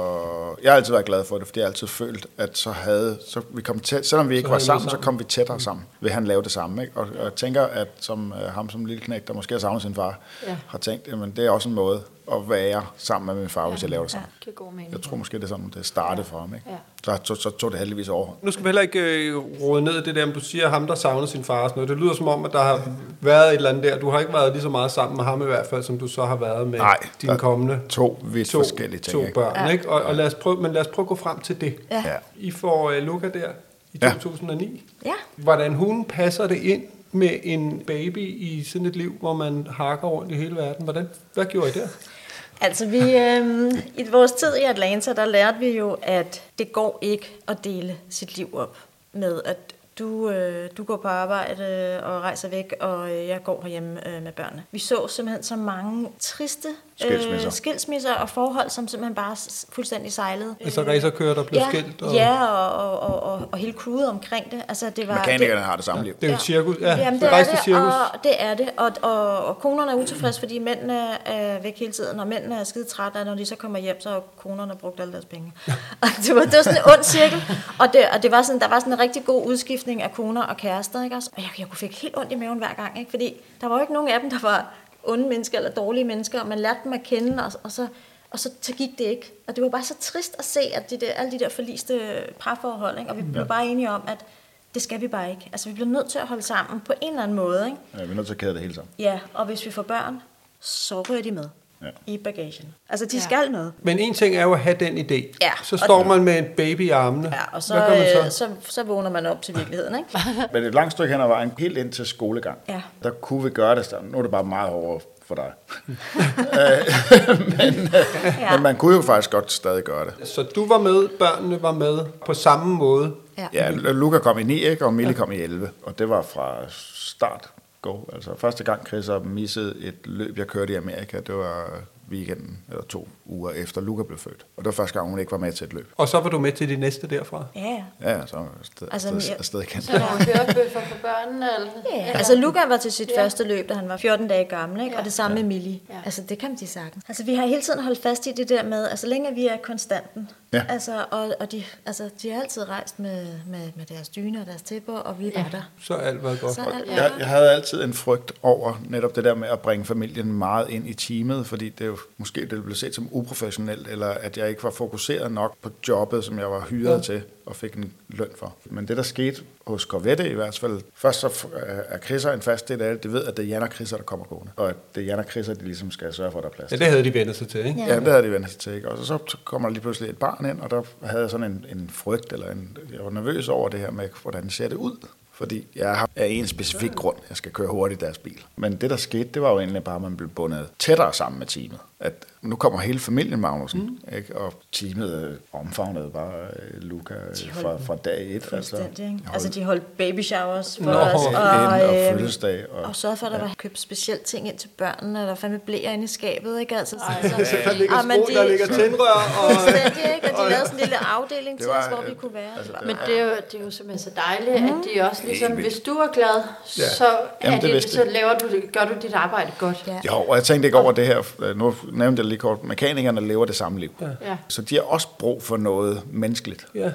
og jeg har altid været glad for det, fordi jeg altid følt, at så havde, så vi kom tæt, selvom vi ikke så var sammen, sammen, så kom vi tættere sammen, ved han lave det samme. Ikke? Og, og jeg tænker, at som uh, ham som lille knægt, der måske har savnet sin far, ja. har tænkt, jamen det er også en måde at være sammen med min far, ja. hvis jeg laver det sammen. Ja, jeg tror måske, det er sådan, det startede ja. for ham. Ikke? Ja. Så, så, så tog det heldigvis over. Nu skal vi heller ikke øh, råde ned i det der, om du siger, ham der savner sin far og sådan noget. Det lyder som om, at der har været et eller andet der. Du har ikke været lige så meget sammen med ham i hvert fald, som du så har været med Nej, dine kommende to vidt to, forskellige ting. To ikke? børn, ja. ikke? Og, og lad os prøve, men lad os prøve at gå frem til det. Ja. I får uh, Luca der i to tusind og ni. Ja. Hvordan hun passer det ind med en baby i sådan et liv, hvor man hakker rundt i hele verden. Hvordan, hvad gjorde I der? Altså, vi, øh, i vores tid i Atlanta, der lærte vi jo, at det går ikke at dele sit liv op med, at du, øh, du går på arbejde og rejser væk, og jeg går herhjemme øh, med børnene. Vi så simpelthen så mange triste skilsmisser, øh, skilsmisser og forhold, som simpelthen bare fuldstændig sejlede. Altså racerkører, der blev ja, skilt? Og... Ja, og, og, og, og hele crewet omkring det. Altså, det var, Mekanikerne det, har det samme liv. Det er jo et cirkus. Ja, Jamen, det, det er det, cirkus. Og det er det. Og, og, og konerne er utilfredse, fordi mændene er væk hele tiden, og mændene er skide trætte, og når de så kommer hjem, så har konerne brugt alle deres penge. Og det var, det var sådan en ond cirkel. Og, det, og det var sådan, der var sådan en rigtig god udskiftning af koner og kærester. Ikke? Og jeg, jeg kunne fik helt ondt i maven hver gang, ikke? Fordi der var jo ikke nogen af dem, der var onde mennesker eller dårlige mennesker, og man lærte dem at kende, og, og, så, og så, så gik det ikke. Og det var bare så trist at se, at de der, alle de der forliste parforhold, ikke? Og vi blev ja. bare enige om, at det skal vi bare ikke. Altså, vi bliver nødt til at holde sammen på en eller anden måde. Ikke? Ja, vi er nødt til at kæde det hele sammen. Ja, og hvis vi får børn, så rører de med. Ja. I bagagen. Altså, de ja. skal med. Men en ting er jo at have den idé. Ja. Så står man med en baby i armene. Ja, og så, så? Så, så vågner man op til virkeligheden, ikke? Men et langt stykke hen ad vejen, helt ind til skolegang, ja. der kunne vi gøre det. Nu er det bare meget hårdere for dig. men, ja. men man kunne jo faktisk godt stadig gøre det. Så du var med, børnene var med på samme måde? Ja, ja Luca kom i ni, ikke? Og Mille ja. kom i elleve. Og det var fra start. Go. Altså første gang Chris har misset et løb, jeg kørte i Amerika, det var weekenden, eller to uger efter Luca blev født. Og det var første gang, hun ikke var med til et løb. Og så var du med til de næste derfra? Ja. Ja, så var jeg afsted, altså, afsted igen. Så var hun kørebøffer for børnene? Eller? Ja, ja, altså Luca var til sit ja. første løb, da han var fjorten dage gammel, ikke? Ja. Og det samme ja. med Millie. Ja. Altså det kan de sagtens. Altså vi har hele tiden holdt fast i det der med, altså længe vi er konstanten. Ja. Altså, og, og de, altså, de har altid rejst med, med, med deres dyner og deres tæpper, og vi ja. var der. Så alt var godt. Alt, ja. jeg, jeg havde altid en frygt over netop det der med at bringe familien meget ind i teamet, fordi det jo måske det blev set som uprofessionelt, eller at jeg ikke var fokuseret nok på jobbet, som jeg var hyret ja. til og fik en løn for. Men det, der skete hos Corvette i hvert fald, først så er Chris'er en fast del af det. De ved, at det er Jan og Chris'er, der kommer gående. Og at det er Jan og Chris'er, de ligesom skal sørge for, at der er plads. Ja, det havde de vendt sig til, ikke? Ja, ja det havde de vendt sig til, ikke? Og så, så kommer der lige pludselig et barn ind, og der havde jeg sådan en, en frygt, eller en, jeg var nervøs over det her med, hvordan ser det ud? Fordi jeg har af en specifik grund, jeg skal køre hurtigt i deres bil. Men det, der skete, det var jo egentlig bare, at man blev bundet tættere sammen med teamet. At nu kommer hele familien Magnussen, mm. ikke? Og teamet omfavnede bare Luca fra, fra dag et. Altså, altså, de holdt baby showers for Nå, os. Og, og, og fødselsdag. Og, og sørgede for, at der ja. var købt specielt ting ind til børnene, og der fandme blæer inde i skabet, ikke? Altså, Ej, så, så der ligger sko, der ligger tændrør. Og, ikke? Og de lavede sådan en lille afdeling til os, hvor vi kunne være. Altså, Men det er, jo, det er jo simpelthen så dejligt, mm. at de også ligesom, hvis du er glad, ja. så, Jamen, det det, så laver du det, gør du dit arbejde godt. Ja. Jo, og jeg tænkte ikke over det her, nu nævnte jeg lige kort, mekanikerne lever det samme liv. Ja. Ja. Så de har også brug for noget menneskeligt. Ja.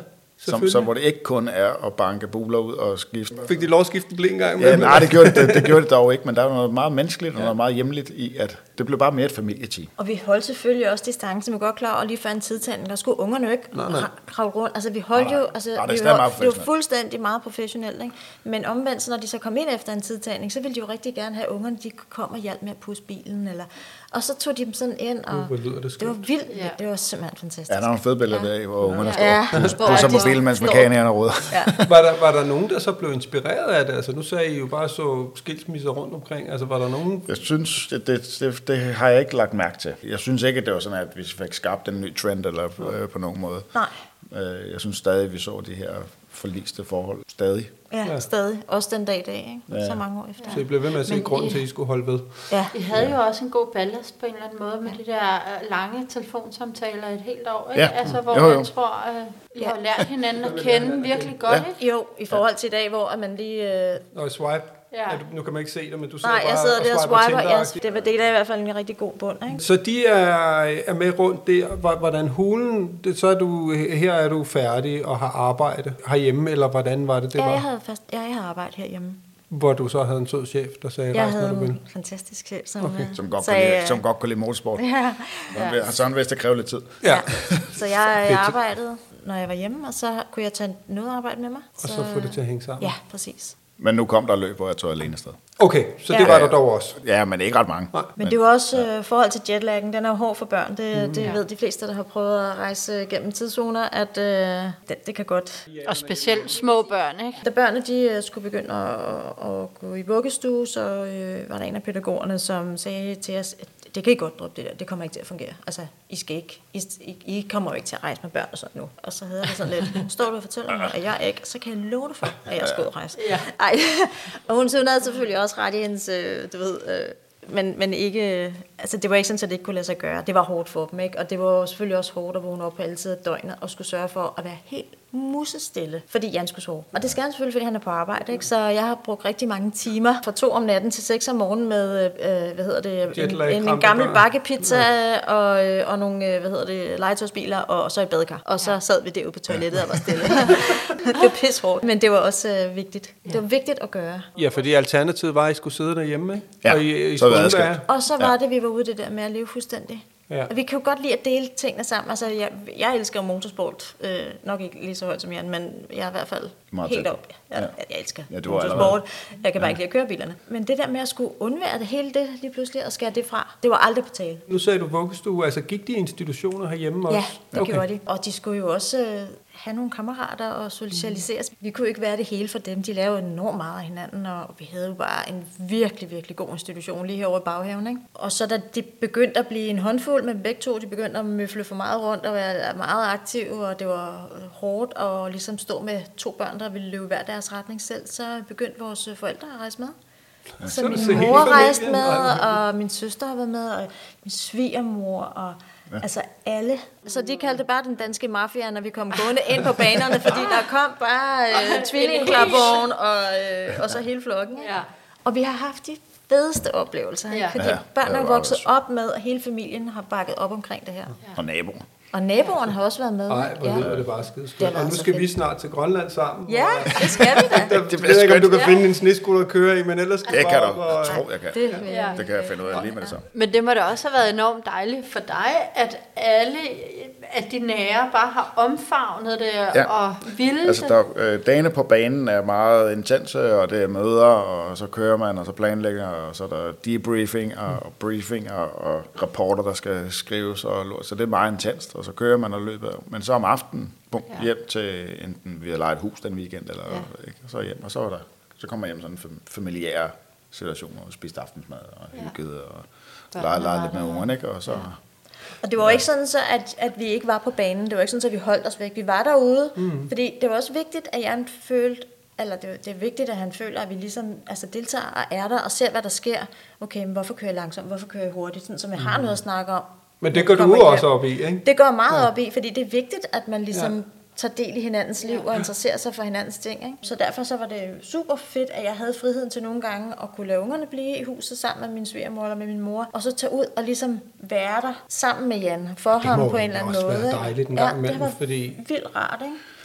Som, så hvor det ikke kun er at banke buler ud og skifte. Fik de lov at skifte blik engang? Ja, nej, det gjorde det, det gjorde det dog ikke, men der var noget meget menneskeligt og noget meget hjemligt i, at det blev bare mere et familieteam. Og vi holdt selvfølgelig også distancen, vi var godt klar, og lige før en tidtagning, der skulle ungerne jo ikke kravle rundt. Altså vi holdt jo, altså nej, det, vi var, var, det var fuldstændig meget professionelt, ikke? Men omvendt, så når de så kom ind efter en tidtagning, så ville de jo rigtig gerne have ungerne, de kom og hjalp med at pusse bilen, eller... Og så tog de dem sådan ind, og uh, det, det var vildt. Ja. Det var simpelthen fantastisk. Ja, der er nogle fede billeder der, hvor ungerne ja. står Ja. på som mobilen, mens mekanikerne råder. Ja. var, der, var der nogen, der så blev inspireret af det? Altså, nu sagde I jo bare så skilsmisser rundt omkring. Altså, var der nogen... Jeg synes, det, det, det, det har jeg ikke lagt mærke til. Jeg synes ikke, at det var sådan, at vi fik skabt en ny trend eller øh, på nogen måde. Nej. Jeg synes stadig, at vi så de her forliste forhold. Stadig. Ja, ja, stadig. Også den dag i dag, ikke? Ja. Så mange år efter. Så I blev ved med at se grunden til, at I skulle holde ved. Ja. I havde jo også en god ballast på en eller anden måde med de der lange telefonsamtaler et helt år, ikke? Ja. Altså, hvor jo, jo. jeg tror, at I har lært hinanden at kende virkelig godt, ja. ikke? Jo, i forhold til i dag, hvor man lige... Øh... Og swipe. Ja. Ja, nu kan man ikke se det, men du sidder Nej, bare jeg sidder og der og swiper. swiper. Yes, det var det, der i hvert fald en rigtig god bund, ikke? Så de er, er med rundt der. Hvordan hulen, det, så er du, her er du færdig og har arbejde herhjemme, eller hvordan var det, det ja, var? Jeg havde fast, ja, jeg havde arbejde herhjemme. Hvor du så havde en sød chef, der sagde, jeg rejse, når du vil. Jeg havde en fantastisk chef, som, okay. som, godt sagde, kunne lide, som godt kunne lide motorsport. Ja. Ja. Sådan hvis det kræver lidt tid. Ja. ja. Så jeg, jeg arbejdede, når jeg var hjemme, og så kunne jeg tage noget arbejde med mig. Og så, så få det til at hænge sammen. Ja, præcis. Men nu kom der løb, hvor jeg tog alene afsted. Okay, så det ja. var der dog også. Ja, men ikke ret mange. Nej. Men det er jo også ja. uh, forhold til jetlaggen, den er jo hård for børn. Det, mm. det ja. ved de fleste, der har prøvet at rejse gennem tidszoner, at uh, det, det kan godt. Og specielt små børn, ikke? Da børnene de uh, skulle begynde at, at, at gå i vuggestue, så uh, var der en af pædagogerne, som sagde til os, at det kan I godt droppe det der, det kommer ikke til at fungere. Altså, I skal ikke, I, I kommer jo ikke til at rejse med børn og sådan nu. Og så havde jeg sådan lidt, står du og fortæller mig, at jeg ikke, så kan jeg love dig for, at jeg skal ud og rejse. Ja. Ej. Og hun havde selvfølgelig også ret i hendes, du ved, øh, men, men ikke, altså det var ikke sådan, at det ikke kunne lade sig gøre. Det var hårdt for dem, ikke? Og det var selvfølgelig også hårdt at vågne op på alle tider af døgnet og skulle sørge for at være helt musestille, fordi Jan skulle sove. Og det skal han selvfølgelig, fordi han er på arbejde, ikke? Så jeg har brugt rigtig mange timer fra to om natten til seks om morgenen med, øh, hvad hedder det, en, en, en gammel bakkepizza ja. og, øh, og nogle, hvad hedder det, legetøjsbiler og, og så et badekar. Og så ja. sad vi derude på toilettet ja. og var stille. Det var pishårdt, men det var også øh, vigtigt. Ja. Det var vigtigt at gøre. Ja, fordi alternativet var, at I skulle sidde derhjemme, ikke? Ja, og, I, I så var det og så var ja. det, vi var ude det der med at leve fuldstændig. Ja. Vi kan jo godt lide at dele tingene sammen. Altså, jeg, jeg elsker motorsport. Øh, nok ikke lige så højt som Jan, men jeg er i hvert fald meget helt op. Jeg, ja. jeg elsker ja, motorsport. Jeg kan bare ja. ikke lide at køre bilerne. Men det der med at skulle undvære det hele det lige pludselig og skære det fra, det var aldrig på tale. Nu sagde du vuggestue. Altså, gik de i institutioner herhjemme også? Ja, det okay. gjorde de. Og de skulle jo også øh, have nogle kammerater og socialiseres. Mm. Vi kunne ikke være det hele for dem. De lavede enormt meget af hinanden, og vi havde jo bare en virkelig, virkelig god institution lige herovre i baghaven. Ikke? Og så da det begyndte at blive en håndfuld med begge to, de begyndte at møfle for meget rundt og være meget aktive, og det var hårdt at ligesom stå med to børn, der ville løbe hver deres retning selv, så begyndte vores forældre at rejse med. Ja, så, så min mor rejste med, og min søster har været med, og min svigermor, og ja. altså alle. Så de kaldte bare den danske mafia, når vi kom gående ind på banerne, fordi der kom bare øh, tvillingeklapvogn og, øh, og så hele flokken. Ja. Og vi har haft de fedeste oplevelser, ja. fordi ja, børn er vokset op med, og hele familien har bakket op omkring det her. Ja. Og naboer. Og naboerne har også været med. Nej, hvor lyder ja. det bare skideskønt. Og nu skal vi snart til Grønland sammen. Ja, det skal vi da. Det bliver skønt. Ikke, om du kan ja. finde en sneskuter at køre i, men ellers skal det du kan bare du. og... Tror jeg kan. Det, ja. det kan jeg finde ud af lige med det samme. Men det må da også have været enormt dejligt for dig, at alle, at de nære bare har omfavnet det ja. og ville altså, der, øh, dagene på banen er meget intense, og det er møder, og så kører man, og så planlægger, og så er der debriefing og, og briefing og, og rapporter, der skal skrives, og så det er meget intenst, og så kører man og løber. Men så om aftenen, bum, ja. hjem til enten vi har lejet et hus den weekend, eller ja. ikke, og så hjem, og så, er der, så kommer jeg hjem sådan en familiære situationer, og spist aftensmad, og ja. hygget, og leget lege lidt med ungerne, ikke, og så... Ja. Og det var jo ikke sådan, så at, at vi ikke var på banen. Det var ikke sådan, at vi holdt os væk. Vi var derude, mm. fordi det var også vigtigt, at Jan følte, eller det, det er vigtigt, at han føler, at vi ligesom altså deltager og er der, og ser, hvad der sker. Okay, men hvorfor kører jeg langsomt? Hvorfor kører jeg hurtigt? Sådan, så vi har noget at snakke om. Men det går du også op i, ikke? Det går meget ja. op i, fordi det er vigtigt, at man ligesom... Ja. tager del i hinandens liv og interesserer sig for hinandens ting. Ikke? Så derfor så var det super fedt, at jeg havde friheden til nogle gange at kunne lade ungerne blive i huset sammen med min svigermor eller med min mor, og så tage ud og ligesom være der sammen med Jan for ham på en eller anden måde. Det må også være dejligt en gang ja, imellem, det var fordi... vildt rart, ikke?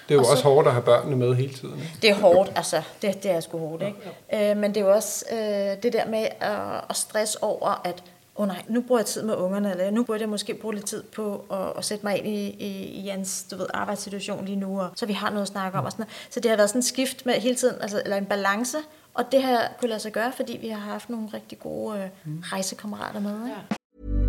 Det er jo og også så, hårdt at have børnene med hele tiden. Ikke? Det er hårdt, altså. Det, det er sgu hårdt, ikke? Ja, ja. Øh, men det er jo også øh, det der med at, at stresse over, at åh oh nej, nu bruger jeg tid med ungerne, eller nu burde jeg måske bruge lidt tid på at, at sætte mig ind i, i, i Jans, du ved, arbejdssituation lige nu, og så vi har noget at snakke om og sådan noget. Så det har været sådan en skift med hele tiden, altså, eller en balance, og det har kunne lade sig gøre, fordi vi har haft nogle rigtig gode øh, rejsekammerater med, ikke? Ja.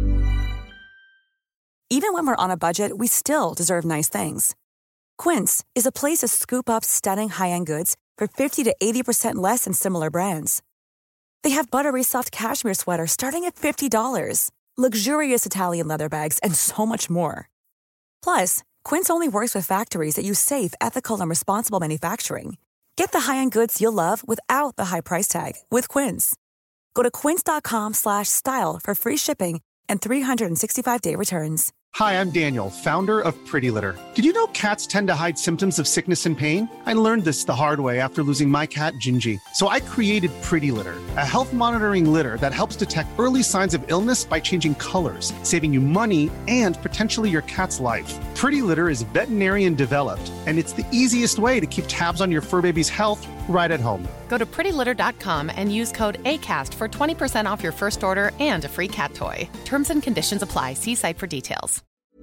Even when we're on a budget, we still deserve nice things. Quince is a place to scoop up stunning high-end goods for fifty to eighty percent less than similar brands. They have buttery soft cashmere sweaters starting at fifty dollars, luxurious Italian leather bags, and so much more. Plus, Quince only works with factories that use safe, ethical, and responsible manufacturing. Get the high-end goods you'll love without the high price tag with Quince. Go to quince.com slash style for free shipping and three sixty-five day returns. Hi, I'm Daniel, founder of Pretty Litter. Did you know cats tend to hide symptoms of sickness and pain? I learned this the hard way after losing my cat, Gingy. So I created Pretty Litter, a health monitoring litter that helps detect early signs of illness by changing colors, saving you money and potentially your cat's life. Pretty Litter is veterinarian developed, and it's the easiest way to keep tabs on your fur baby's health right at home. Go to pretty litter dot com and use code ACAST for twenty percent off your first order and a free cat toy. Terms and conditions apply. See site for details.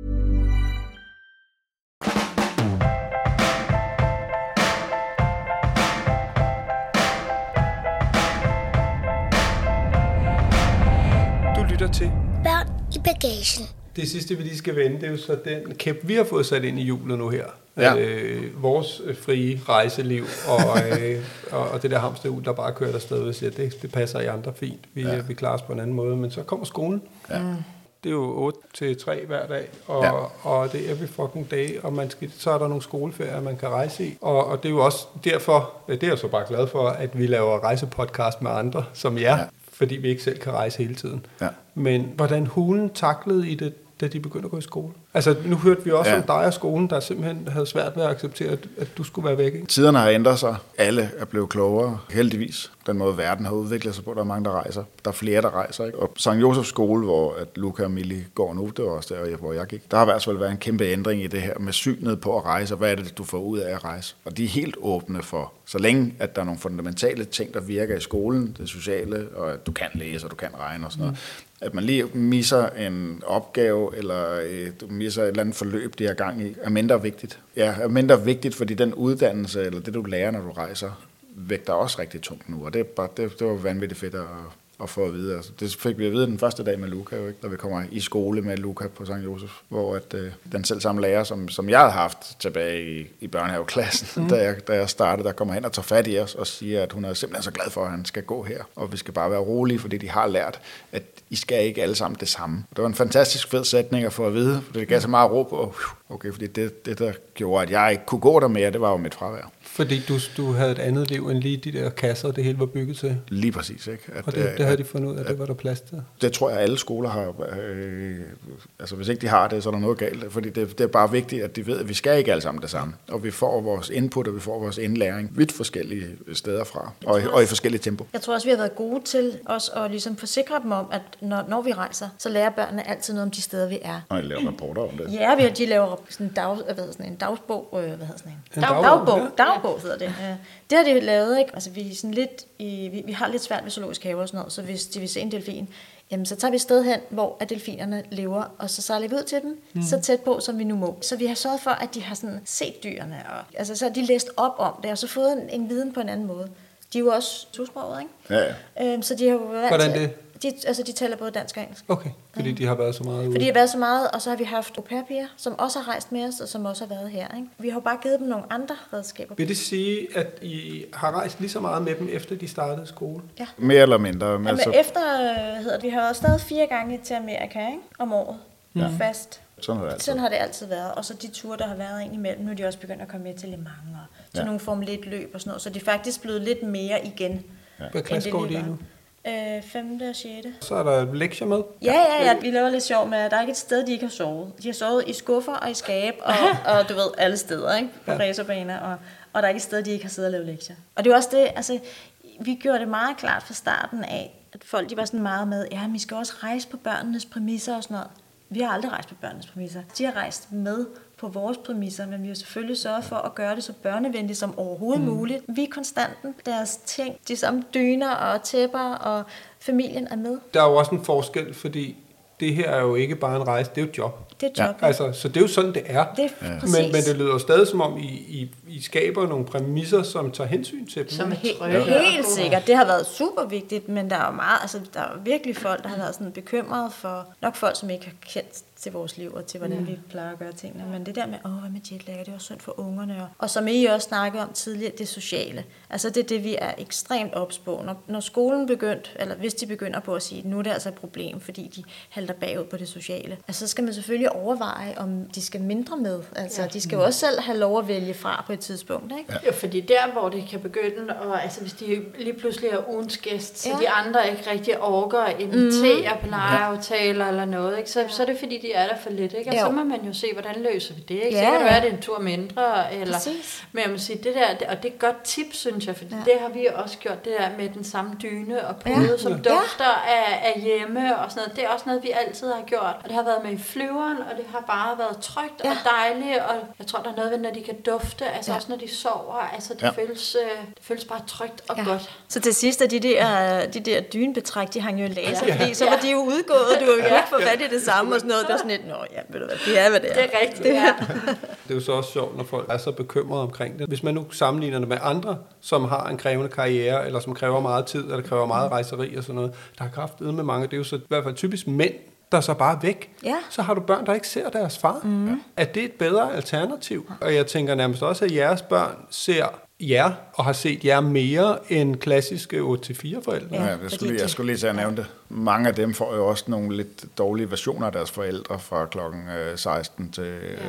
Du lytter til Børn i bagagen. Det sidste, vi lige skal vende, det er jo så den kæp, vi har fået sat ind i hjulet nu her. Ja. Øh, vores frie rejseliv og, øh, og, og det der hamsterhjul, der bare kører der sted og siger, det, det passer I andre fint. Vi, ja. vi klarer os på en anden måde. Men så kommer skolen. Ja. Det er jo otte til tre hver dag, og, ja. og det er every fucking day, og man skal, så er der nogle skoleferier, man kan rejse i. Og, og det er jo også derfor, det er jeg så bare glad for, at vi laver rejsepodcast med andre, som jer, ja. fordi vi ikke selv kan rejse hele tiden. Ja. Men hvordan hulen taklede I det, da de begyndte at gå i skole? Altså, nu hørte vi også ja. om dig og skolen, der simpelthen havde svært ved at acceptere, at, at du skulle være væk, ikke? Tiderne har ændret sig. Alle er blevet klogere, heldigvis. Den måde, verden har udviklet sig på, der er mange, der rejser. Der er flere, der rejser, ikke? Og Sankt Josefs skole, hvor at Luca og Millie går nu, det var også der, hvor jeg gik. Der har i hvert fald været en kæmpe ændring i det her med synet på at rejse, og hvad er det, du får ud af at rejse? Og de er helt åbne for, så længe at der er nogle fundamentale ting, der virker i skolen, det sociale, og at du kan læse, og du kan regne og sådan noget. Mm. At man lige misser en opgave, eller øh, du misser et eller andet forløb, de har gang i, er mindre vigtigt. Ja, er mindre vigtigt, fordi den uddannelse, eller det du lærer, når du rejser, vægter også rigtig tungt nu, og det, er bare, det, det var vanvittigt fedt at, at få at vide. Altså, det fik vi at vide den første dag med Luca, jo, ikke? Da vi kommer i skole med Luca på Sankt Josef, hvor at, øh, den selv samme lærer, som, som jeg havde haft tilbage i, i børnehaveklassen, mm. da, jeg, da jeg startede, der kommer hen og tager fat i os og siger, at hun er simpelthen så glad for, at han skal gå her, og vi skal bare være rolige, fordi de har lært, at I skal ikke alle sammen det samme. Det var en fantastisk fed sætning at få at vide, for det gav så meget ro på, okay, fordi det, det, der gjorde, at jeg ikke kunne gå der mere, det var jo mit fravær. Fordi du, du havde et andet liv end lige de der kasser, det hele var bygget til. Lige præcis, ikke? At, og det, det havde de fundet ud af, at det var der plads til. Det tror jeg, alle skoler har. Øh, altså hvis ikke de har det, så er der noget galt. Fordi det, det er bare vigtigt, at de ved, at vi skal ikke alle sammen det samme. Og vi får vores input, og vi får vores indlæring vidt forskellige steder fra, og, og i forskellige tempo. Jeg tror også, vi har været gode til os at ligesom forsikre dem om, at når, når vi rejser, så lærer børnene altid noget om de steder, vi er. Og de laver rapporter om det. Ja, vi, de laver sådan en, dag, hvad hedder sådan en dagsbog. Øh, hvad hedder sådan en? En Dag, dagbog, dagbog, ja. dagbog hedder det. Det har de lavet, ikke? Altså, vi, er sådan lidt i, vi, vi har lidt svært ved zoologisk have og sådan noget, så hvis de vil se en delfin, jamen, så tager vi et sted hen, hvor at delfinerne lever, og så sejler vi ud til dem, mm. så tæt på, som vi nu må. Så vi har sørget for, at de har sådan set dyrene, og altså, så har de læst op om det, og så fået en, en viden på en anden måde. De er jo også tosproget, ikke? Ja, ja. Øhm, så de har jo været Hvordan det? De, altså, de taler både dansk og engelsk. Okay, fordi ja. de har været så meget ude. Fordi de har været så meget, og så har vi haft au pair-piger, som også har rejst med os, og som også har været her, ikke? Vi har jo bare givet dem nogle andre redskaber. Vil det sige, at I har rejst lige så meget med dem, efter de startede skole? Ja. Mere eller mindre. Jamen, altså, efter, hedder det, vi har været stadig fire gange til Amerika, ikke? Om året. Ja. Fast. Sådan har det altid. Sådan har det altid været. Og så de ture, der har været ind imellem, nu er de også begyndt at komme med til Le Mans og til ja. nogle Formel et løb og sådan noget. Så de er faktisk blevet lidt mere igen. Ja. Hvad klasse går de i nu? Øh, femte og sjette. Så er der lektier med? Ja, ja, ja. Vi laver lidt sjov med, at der er ikke et sted, de ikke har sovet. De har sovet i skuffer og i skab, og, og du ved, alle steder, ikke? På ja. racerbaner, og, og der er ikke et sted, de ikke har siddet og lavet lektier. Og det er også det, altså, vi gjorde det meget klart fra starten af, at folk, de var sådan meget med, ja, vi skal også rejse på børnenes præmisser og sådan noget. Vi har aldrig rejst på børnenes præmisser. De har rejst med på vores præmisser, men vi har selvfølgelig sørget for at gøre det så børnevenligt som overhovedet mm. muligt. Vi er konstanten, deres ting, de samme dyner og tæpper, og familien er med. Der er jo også en forskel, fordi det her er jo ikke bare en rejse, det er jo et job. Det er job. Ja. Altså, så det er jo sådan, det er. Det er ja. men, men det lyder jo stadig som om, I, I, I skaber nogle præmisser, som tager hensyn til dem. Som er helt, ja. helt sikkert. Det har været super vigtigt, men der er jo meget, altså der er virkelig folk, der har været sådan bekymrede for, nok folk, som ikke har kendt til vores liv og til, hvordan mm. vi plejer at gøre tingene. Men det der med, åh, hvad med jetlag, det er også synd for ungerne. Og, og som I også snakkede om tidligere, det sociale. Altså det er det, vi er ekstremt ops på. Når, når skolen begyndte, eller hvis de begynder på at sige, nu er det altså et problem, fordi de halter bagud på det sociale. Altså så skal man selvfølgelig overveje, om de skal mindre med. Altså ja. de skal jo også selv have lov at vælge fra på et tidspunkt, ikke? Ja, fordi der, hvor det kan begynde, og altså hvis de lige pludselig er ugens gæst, så ja. de andre ikke rigtig orker at invitere mm. på legeaftaler eller noget, ikke? Så, ja. så er det fordi, de er der for lidt, ikke? Og så må man jo se, hvordan løser vi det, ikke? Ja. Så kan det være, at det er en tur mindre, eller... Præcis. Men jeg må sige, det der, det, og det er et godt tip, synes jeg, fordi ja. det har vi også gjort, det der med den samme dyne og pude, ja. som ja. dufter af, af hjemme og sådan noget. Det er også noget, vi altid har gjort, og det har været med i flyveren, og det har bare været trygt ja. og dejligt, og jeg tror, der er noget ved, når de kan dufte, altså ja. også når de sover, altså det, ja. føles, det føles bare trygt og ja. godt. Så til sidst, at de der, de der dynebetræk, de hang jo i laser, ja. fordi så var de jo udgået, du jo ikke få fat i det samme og sådan noget. Det var sådan lidt, nå ja, ved du hvad, det er, hvad det er. Det er rigtigt, det, ja. Det er jo så også sjovt, når folk er så bekymrede omkring det. Hvis man nu sammenligner det med andre, som har en krævende karriere, eller som kræver meget tid, eller kræver meget rejseri og sådan noget, der har kraftedet med mange, det er jo så i hvert fald typisk mænd, der så bare væk. Ja. Så har du børn, der ikke ser deres far. Mm. Er det et bedre alternativ? Og jeg tænker nærmest også, at jeres børn ser jer, og har set jer mere end klassiske otte til fire forældre. Ja, jeg, skulle lige, jeg skulle lige til at nævne det. Mange af dem får jo også nogle lidt dårlige versioner af deres forældre fra klokken seksten til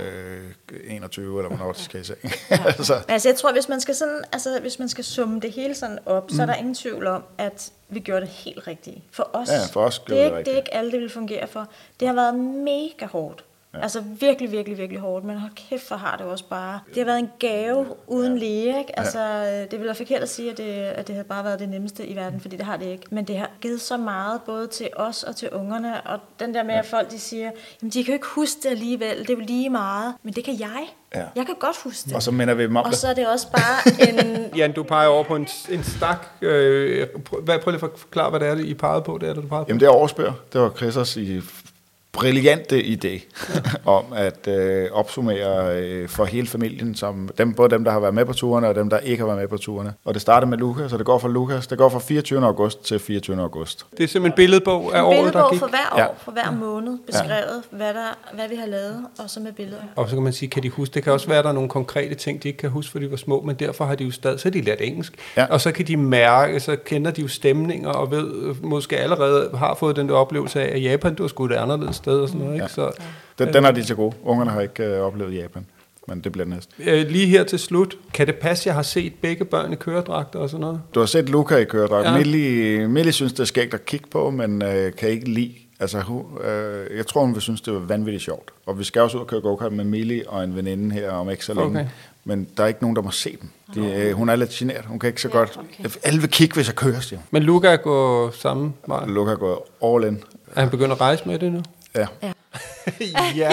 ja. enogtyve, eller hvornår de skal i seng. Ja. altså. altså jeg tror, hvis man skal sådan, altså hvis man skal summe det hele sådan op, mm. så er der ingen tvivl om, at vi gjorde det helt rigtigt. For os, ja, for os det, er ikke, det er ikke alle, det vil fungere for. Det har været mega hårdt. Ja. Altså virkelig, virkelig, virkelig hårdt, men hold kæft, for har det også bare. Det har været en gave uden ja. lige, ikke? Altså, ja. det vil være forkert at sige, at det, at det havde bare været det nemmeste i verden, fordi det har det ikke. Men det har givet så meget, både til os og til ungerne, og den der med, at folk de siger, jamen de kan jo ikke huske det alligevel, det er jo lige meget, men det kan jeg. Ja. Jeg kan godt huske det. Og så minder vi dem om og det. Og så er det også bare en... Jan, du peger over på en, en stak. Øh, prøv, prøv lige at forklare, hvad det er, I pegede på. Det er, det, du pegede på. Jamen det er årsbøger. Det var Chris' i brillante idé om at øh, opsummere øh, for hele familien, som dem, både dem, der har været med på turene, og dem, der ikke har været med på turene. Og det starter med Lukas, så det går fra Lukas. Det går fra fireogtyvende august til fireogtyvende august. Det er simpelthen en billedbog af året, der gik. For hver år, ja. for hver måned, beskrevet, ja. hvad, der, hvad vi har lavet, og så med billeder. Og så kan man sige, kan de huske, det kan også være, der er nogle konkrete ting, de ikke kan huske, for de var små, men derfor har de jo stadig, så har de lært engelsk. Ja. Og så kan de mærke, så kender de jo stemninger, og ved, måske allerede har fået den der oplevelse af, at Japan, du har sgu et anderledes sted, og sådan noget, ikke? Ja. Så, den, den har de til gode. Ungerne har ikke øh, oplevet Japan, men det bliver næste. Øh, lige her til slut, kan det passe, jeg har set begge børn i køredragter og sådan noget? Du har set Luca i køredragt. Ja. Millie, Millie synes, det er skægt at kigge på, men øh, kan ikke lide. Altså, øh, jeg tror, hun vil synes, det var vanvittigt sjovt. Og vi skal også ud og køre go-kart med Millie og en veninde her om ikke så længe. Okay. Men der er ikke nogen, der må se dem. De, øh, hun er lidt genert. Hun kan ikke så ja, godt... Okay. Alle vil kigge, hvis jeg kører, siger hun. Men Luca er gået samme vej? Luca er gået all in. Er han begyndt at rejse med det nu? Ja. Ja. ja.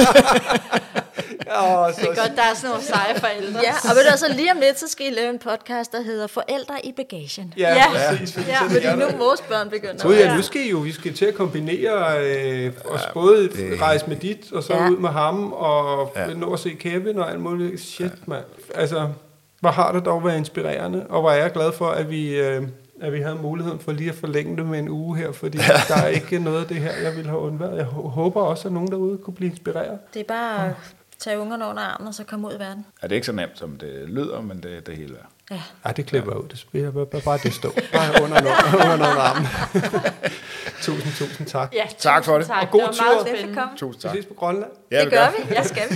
Oh, så det er godt, der er sådan nogle seje forældre. Ja, og ved du, så lige om lidt, så skal I lave en podcast, der hedder Forældre i bagagen. Ja, ja. præcis. Ja, fordi, ja, fordi nu vores børn begynder. Så ja, nu skal I jo, vi skal til at kombinere øh, os ja, både det... rejse med dit, og så ja. ud med ham, og ja. nå at se Kevin og alt muligt. Shit, ja. mand. Altså, hvor har det dog været inspirerende, og hvor er jeg glad for, at vi... Øh, at vi havde muligheden for lige at forlænge det med en uge her, fordi der er ikke noget af det her, jeg ville have undværet. Jeg håber også, at nogen derude kunne blive inspireret. Det er bare at tage ungerne under armen, og så komme ud i verden. Ja, det er ikke så nemt, som det lyder, men det, det hele er. Ja. Ej, det klipper ja. ud. Det spiller bare, bare det stå. Bare under, under, under armen. tusind, tusind tak. Ja, tak for det. Tak. Og god det tur. Tusind tak. Vi ses på Grønland. Ja, det, det gør vi. Ja, skal vi.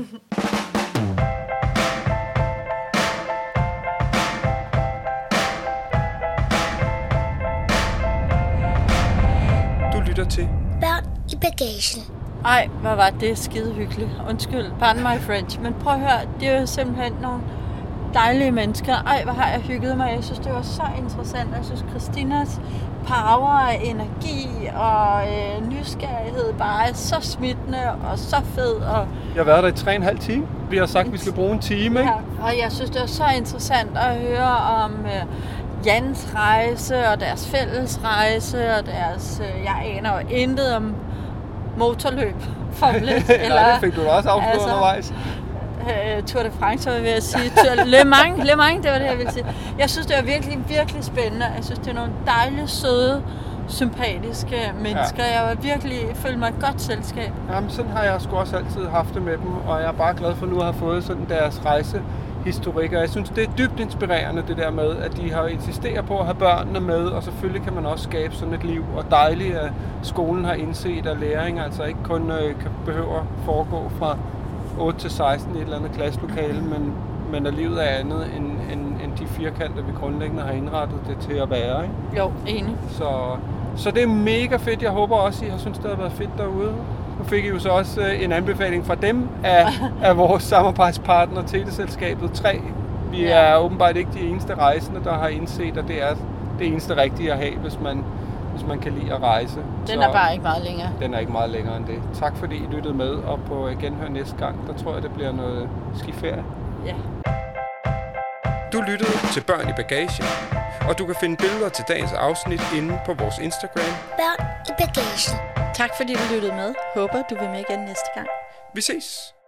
Til. Børn i bagagen. Ej, hvad var det skide hyggeligt. Undskyld, pardon my French. Men prøv at høre, det er jo simpelthen nogle dejlige mennesker. Ej, hvor har jeg hygget mig. Jeg synes, det var så interessant. Jeg synes, Christinas power og energi og øh, nysgerrighed bare er så smittende og så fed. Og jeg har været der i tre og en halv time. Vi har sagt, at vi skal bruge en time. Ja, og jeg synes, det var så interessant at høre om øh, Jans rejse og deres fælles rejse og deres... Øh, jeg aner jo intet om motorløb. Formel et, eller, Nej, det fik du da også afslået altså, undervejs. Øh, Tour de France, vil jeg sige. Tour, Le Mans, Le Mans, det var det, jeg ville sige. Jeg synes, det var virkelig, virkelig spændende. Jeg synes, det er nogle dejlige, søde, sympatiske mennesker. Ja. Jeg var virkelig, følte mig et godt selskab. Jamen, sådan har jeg sgu også altid haft det med dem, og jeg er bare glad for, at nu har fået sådan deres rejsehistorik. Og jeg synes, det er dybt inspirerende, det der med, at de har insisteret på at have børnene med, og selvfølgelig kan man også skabe sådan et liv. Og dejligt, at skolen har indset, at læring altså ikke kun øh, kan behøver at foregå fra otte til seksten i et eller andet klasselokale, men, men at livet er andet end, end, end de firkanter, vi grundlæggende har indrettet det til at være. Ikke? Jo, enig. Så, så det er mega fedt. Jeg håber også, I har syntes, det har været fedt derude. Nu fik I jo så også en anbefaling fra dem af, af vores samarbejdspartner, Teleselskabet tre. Vi ja. er åbenbart ikke de eneste rejsende, der har indset, at det er det eneste rigtige at have, hvis man hvis man kan lide at rejse. Den så er bare ikke meget længere. Den er ikke meget længere end det. Tak fordi I lyttede med, og på genhør næste gang, der tror jeg, det bliver noget skiferie. Ja. Du lyttede til Børn i bagagen, og du kan finde billeder til dagens afsnit inde på vores Instagram. Børn i bagagen. Tak fordi du lyttede med. Håber du vil med igen næste gang. Vi ses.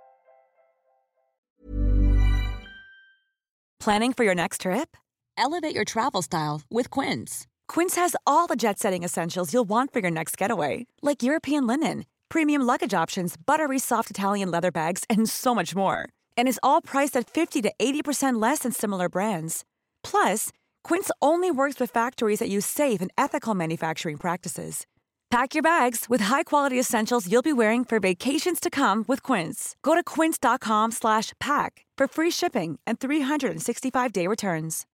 Planning for your next trip? Elevate your travel style with Quince. Quince has all the jet-setting essentials you'll want for your next getaway, like European linen, premium luggage options, buttery soft Italian leather bags, and so much more. And is all priced at fifty to eighty percent less than similar brands. Plus, Quince only works with factories that use safe and ethical manufacturing practices. Pack your bags with high-quality essentials you'll be wearing for vacations to come with Quince. Go to quince dot com slash pack for free shipping and three hundred sixty-five day returns.